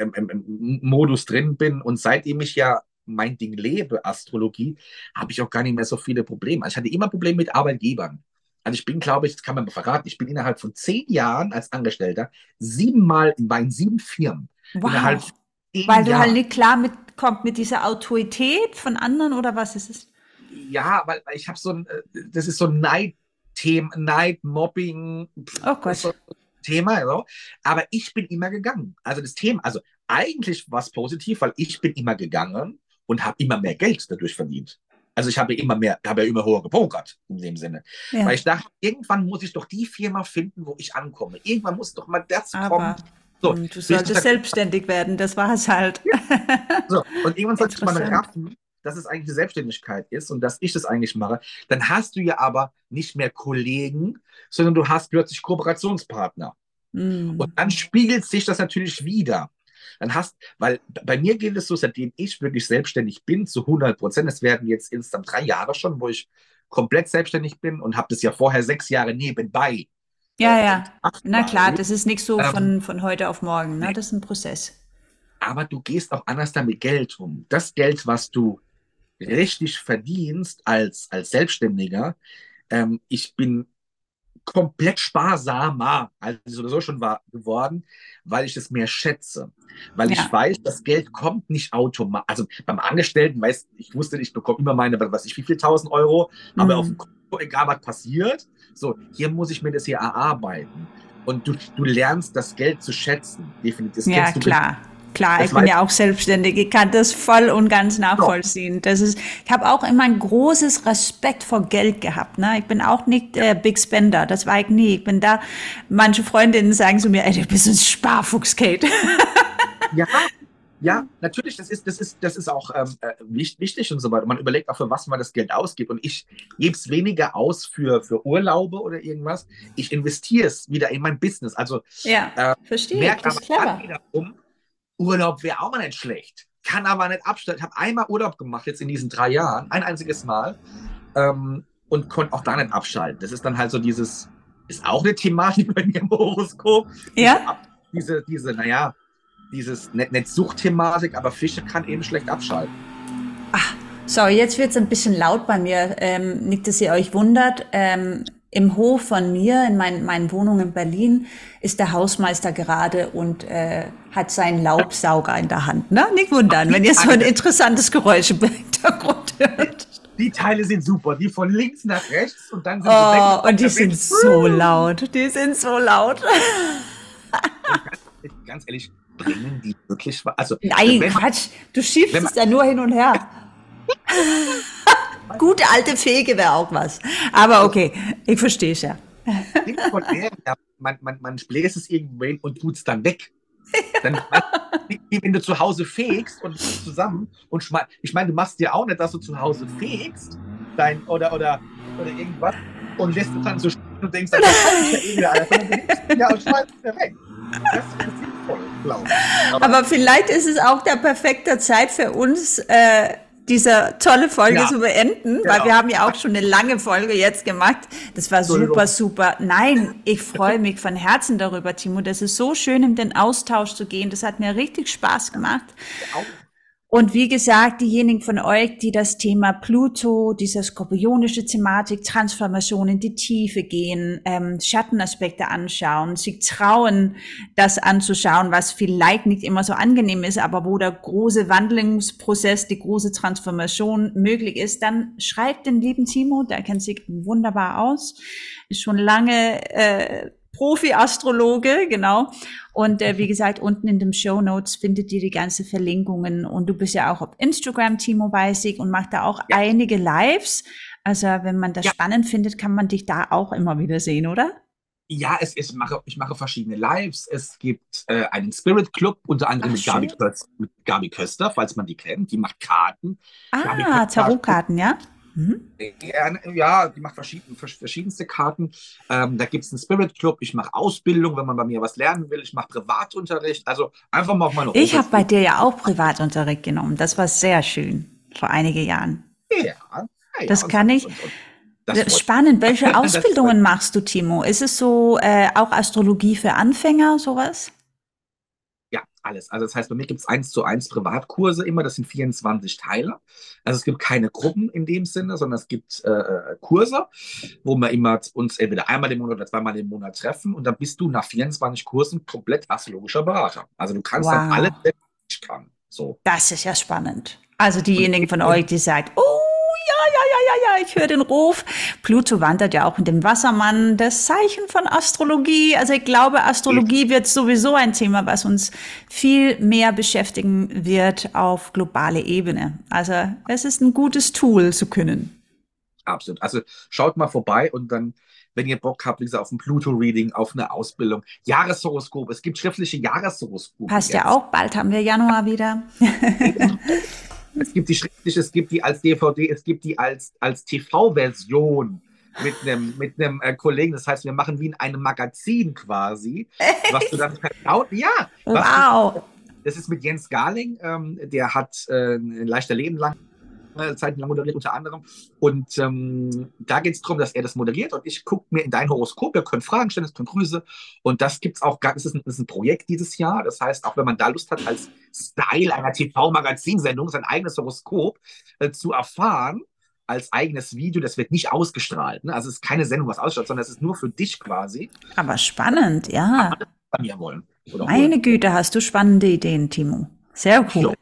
im Modus drin bin, und seitdem ich ja mein Ding lebe, Astrologie, habe ich auch gar nicht mehr so viele Probleme. Also ich hatte immer Probleme mit Arbeitgebern. Also ich bin, glaube ich, das kann man verraten, ich bin innerhalb von 10 Jahren als Angestellter 7-mal war in 7 Firmen. Innerhalb Wow. von zehn Weil du halt Jahren. nicht klar mitkommst mit dieser Autorität von anderen oder was ist es? Ja, weil ich habe so ein, das ist so ein Neid-Thema, Neid-Mobbing, Oh ist so Gott. ein Thema, so. Aber ich bin immer gegangen. Also das Thema, also eigentlich war es positiv, weil ich bin immer gegangen und habe immer mehr Geld dadurch verdient. Also ich habe ja immer höher gepokert in dem Sinne. Weil Ja. ich dachte, irgendwann muss ich doch die Firma finden, wo ich ankomme. Irgendwann muss doch mal das kommen. Aber So, du bis ich solltest dann selbstständig werden, das war es halt. so, und irgendwann sollte ich mal Interessant. raffen, dass es eigentlich eine Selbstständigkeit ist und dass ich das eigentlich mache. Dann hast du ja aber nicht mehr Kollegen, sondern du hast plötzlich Kooperationspartner. Und Hm. dann spiegelt sich das natürlich wieder. Weil bei mir geht es so, seitdem ich wirklich selbstständig bin, zu 100%, es werden jetzt insgesamt 3 Jahre schon, wo ich komplett selbstständig bin und habe das ja vorher 6 Jahre nebenbei Ja, ja. gemacht Na klar, quasi. das ist nicht so Ähm, von heute auf morgen, ne? nee. Das ist ein Prozess. Aber du gehst auch anders damit Geld um. Das Geld, was du richtig verdienst als Selbstständiger. Ich bin komplett sparsamer, als ich sowieso schon war, geworden, weil ich es mehr schätze. Weil ich Ja. weiß, das Geld kommt nicht automatisch. Also beim Angestellten, ich wusste, ich bekomme immer meine, was weiß ich, wie viel 1.000 Euro, aber auf Hm. dem Konto, egal was passiert. So, hier muss ich mir das hier erarbeiten. Und du lernst das Geld zu schätzen. Definitiv. Das Ja, kennst du bestimmt. klar. klar, Das ich bin weiß ja auch selbstständig. Ich kann das voll und ganz nachvollziehen. Ich habe auch immer ein großes Respekt vor Geld gehabt. Ne? Ich bin auch nicht Big Spender. Das war ich nie. Ich bin da. Manche Freundinnen sagen zu mir, ey, du bist ein Sparfuchs, Kate. Ja, ja, natürlich, das ist auch wichtig und so weiter. Man überlegt auch, für was man das Geld ausgibt. Und ich gebe es weniger aus für Urlaube oder irgendwas. Ich investiere es wieder in mein Business. Also Ja, verstehe. merke Das aber ist clever. dann wiederum, Urlaub wäre auch mal nicht schlecht. Kann aber nicht abstellen. Ich habe einmal Urlaub gemacht jetzt in diesen 3 Jahren, ein einziges Mal, und konnte auch da nicht abschalten. Das ist dann halt so ist auch eine Thematik bei mir im Horoskop. Ja? Naja, nicht Suchtthematik, aber Fische kann eben schlecht abschalten. So, jetzt wird es ein bisschen laut bei mir. Nicht, dass ihr euch wundert. Im Hof von mir, in meinen Wohnung in Berlin, ist der Hausmeister gerade und hat seinen Laubsauger in der Hand. Ne? Nicht wundern, wenn ihr so ein interessantes Geräusch im Hintergrund hört. Die Teile sind super, die von links nach rechts und dann sind und die sind so laut. Die sind so laut. Ganz ehrlich, bringen die wirklich was? Also, nein, Quatsch, du schiebst es ja nur hin und her. Gute alte Fege wäre auch was. Aber okay, ich verstehe es ja. Man bläst es irgendwo hin und tut es dann weg. Dann, wenn du zu Hause fegst und zusammen und ich meine, du machst dir auch nicht, dass du zu Hause fegst oder irgendwas und lässt es dann so stehen und denkst, das kann ich ja ja, und schmeißt es ja weg. Das ist sinnvoll, glaube ich. Aber vielleicht ist es auch der perfekte Zeit für uns, diese tolle Folge zu beenden, weil wir haben ja auch schon eine lange Folge jetzt gemacht. Das war super. Nein, ich freue mich von Herzen darüber, Timo. Das ist so schön, in den Austausch zu gehen. Das hat mir richtig Spaß gemacht. Und wie gesagt, diejenigen von euch, die das Thema Pluto, diese skorpionische Thematik, Transformation in die Tiefe gehen, Schattenaspekte anschauen, sich trauen, das anzuschauen, was vielleicht nicht immer so angenehm ist, aber wo der große Wandlungsprozess, die große Transformation möglich ist, dann schreibt den lieben Timo, der kennt sich wunderbar aus, ist schon lange Profi-Astrologe, genau. Und wie gesagt, unten in den Shownotes findet ihr die ganzen Verlinkungen. Und du bist ja auch auf Instagram, Timo, weiß ich, und macht da auch einige Lives. Also wenn man das spannend findet, kann man dich da auch immer wieder sehen, oder? Ja, ich mache verschiedene Lives. Es gibt einen Spirit Club, unter anderem mit Gabi Köster, falls man die kennt. Die macht Karten. Tarotkarten, ja? Ja, die macht verschiedenste Karten. Da gibt es einen Spirit Club. Ich mache Ausbildung, wenn man bei mir was lernen will. Ich mache Privatunterricht. Also einfach mal auf meine Ich habe bei dir ja auch Privatunterricht genommen. Das war sehr schön vor einigen Jahren. Ja. Das kann ich. Spannend. Welche Ausbildungen machst du, Timo? Ist es so auch Astrologie für Anfänger, sowas? Ja, alles. Also das heißt, bei mir gibt es 1:1 Privatkurse immer, das sind 24 Teile. Also es gibt keine Gruppen in dem Sinne, sondern es gibt Kurse, wo wir immer uns entweder einmal im Monat oder zweimal im Monat treffen und dann bist du nach 24 Kursen komplett astrologischer Berater. Also du kannst dann alles, was ich kann. So. Das ist ja spannend. Also diejenigen von euch, die sagen, oh, ja, ich höre den Ruf. Pluto wandert ja auch in den Wassermann, das Zeichen von Astrologie. Also ich glaube, Astrologie wird sowieso ein Thema, was uns viel mehr beschäftigen wird auf globale Ebene. Also es ist ein gutes Tool zu können. Absolut. Also schaut mal vorbei und dann, wenn ihr Bock habt, wie gesagt, auf ein Pluto-Reading, auf eine Ausbildung, Jahreshoroskop. Es gibt schriftliche Jahreshoroskope. Passt ja auch, bald haben wir Januar wieder. Es gibt die schriftliche, es gibt die als DVD, es gibt die als TV-Version mit einem Kollegen. Das heißt, wir machen wie in einem Magazin quasi. Was du dann vertraut. Ja. Wow. Das ist mit Jens Garling. Der hat ein leichter Leben lang Zeit lang moderiert unter anderem. Und da geht es darum, dass er das moderiert und ich gucke mir in dein Horoskop, ihr könnt Fragen stellen, es könnt Grüße. Und das gibt es auch, das ist ein Projekt dieses Jahr. Das heißt, auch wenn man da Lust hat, als Style einer TV-Magazinsendung sein eigenes Horoskop zu erfahren, als eigenes Video, das wird nicht ausgestrahlt. Ne? Also es ist keine Sendung, was ausstrahlt, sondern es ist nur für dich quasi. Aber spannend, ja. Bei mir wollen. Meine Güte, hast du spannende Ideen, Timo. Sehr cool.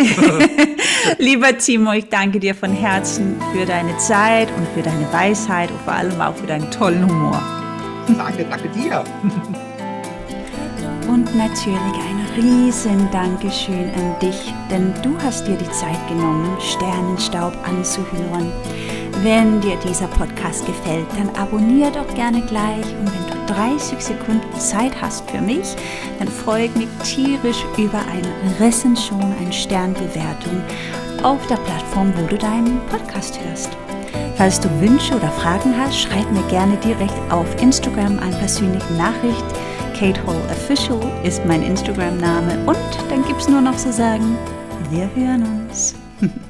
Lieber Timo, ich danke dir von Herzen für deine Zeit und für deine Weisheit und vor allem auch für deinen tollen Humor. Danke dir. Und natürlich eine riesen Dankeschön an dich, denn du hast dir die Zeit genommen, Sternenstaub anzuhören. Wenn dir dieser Podcast gefällt, dann abonnier doch gerne gleich und wenn du 30 Sekunden Zeit hast für mich, dann freue ich mich tierisch über eine Rezension, eine Sternbewertung auf der Plattform, wo du deinen Podcast hörst. Falls du Wünsche oder Fragen hast, schreib mir gerne direkt auf Instagram eine persönliche Nachricht. Kate Hall Official ist mein Instagram-Name und dann gibt's nur noch zu sagen, wir hören uns.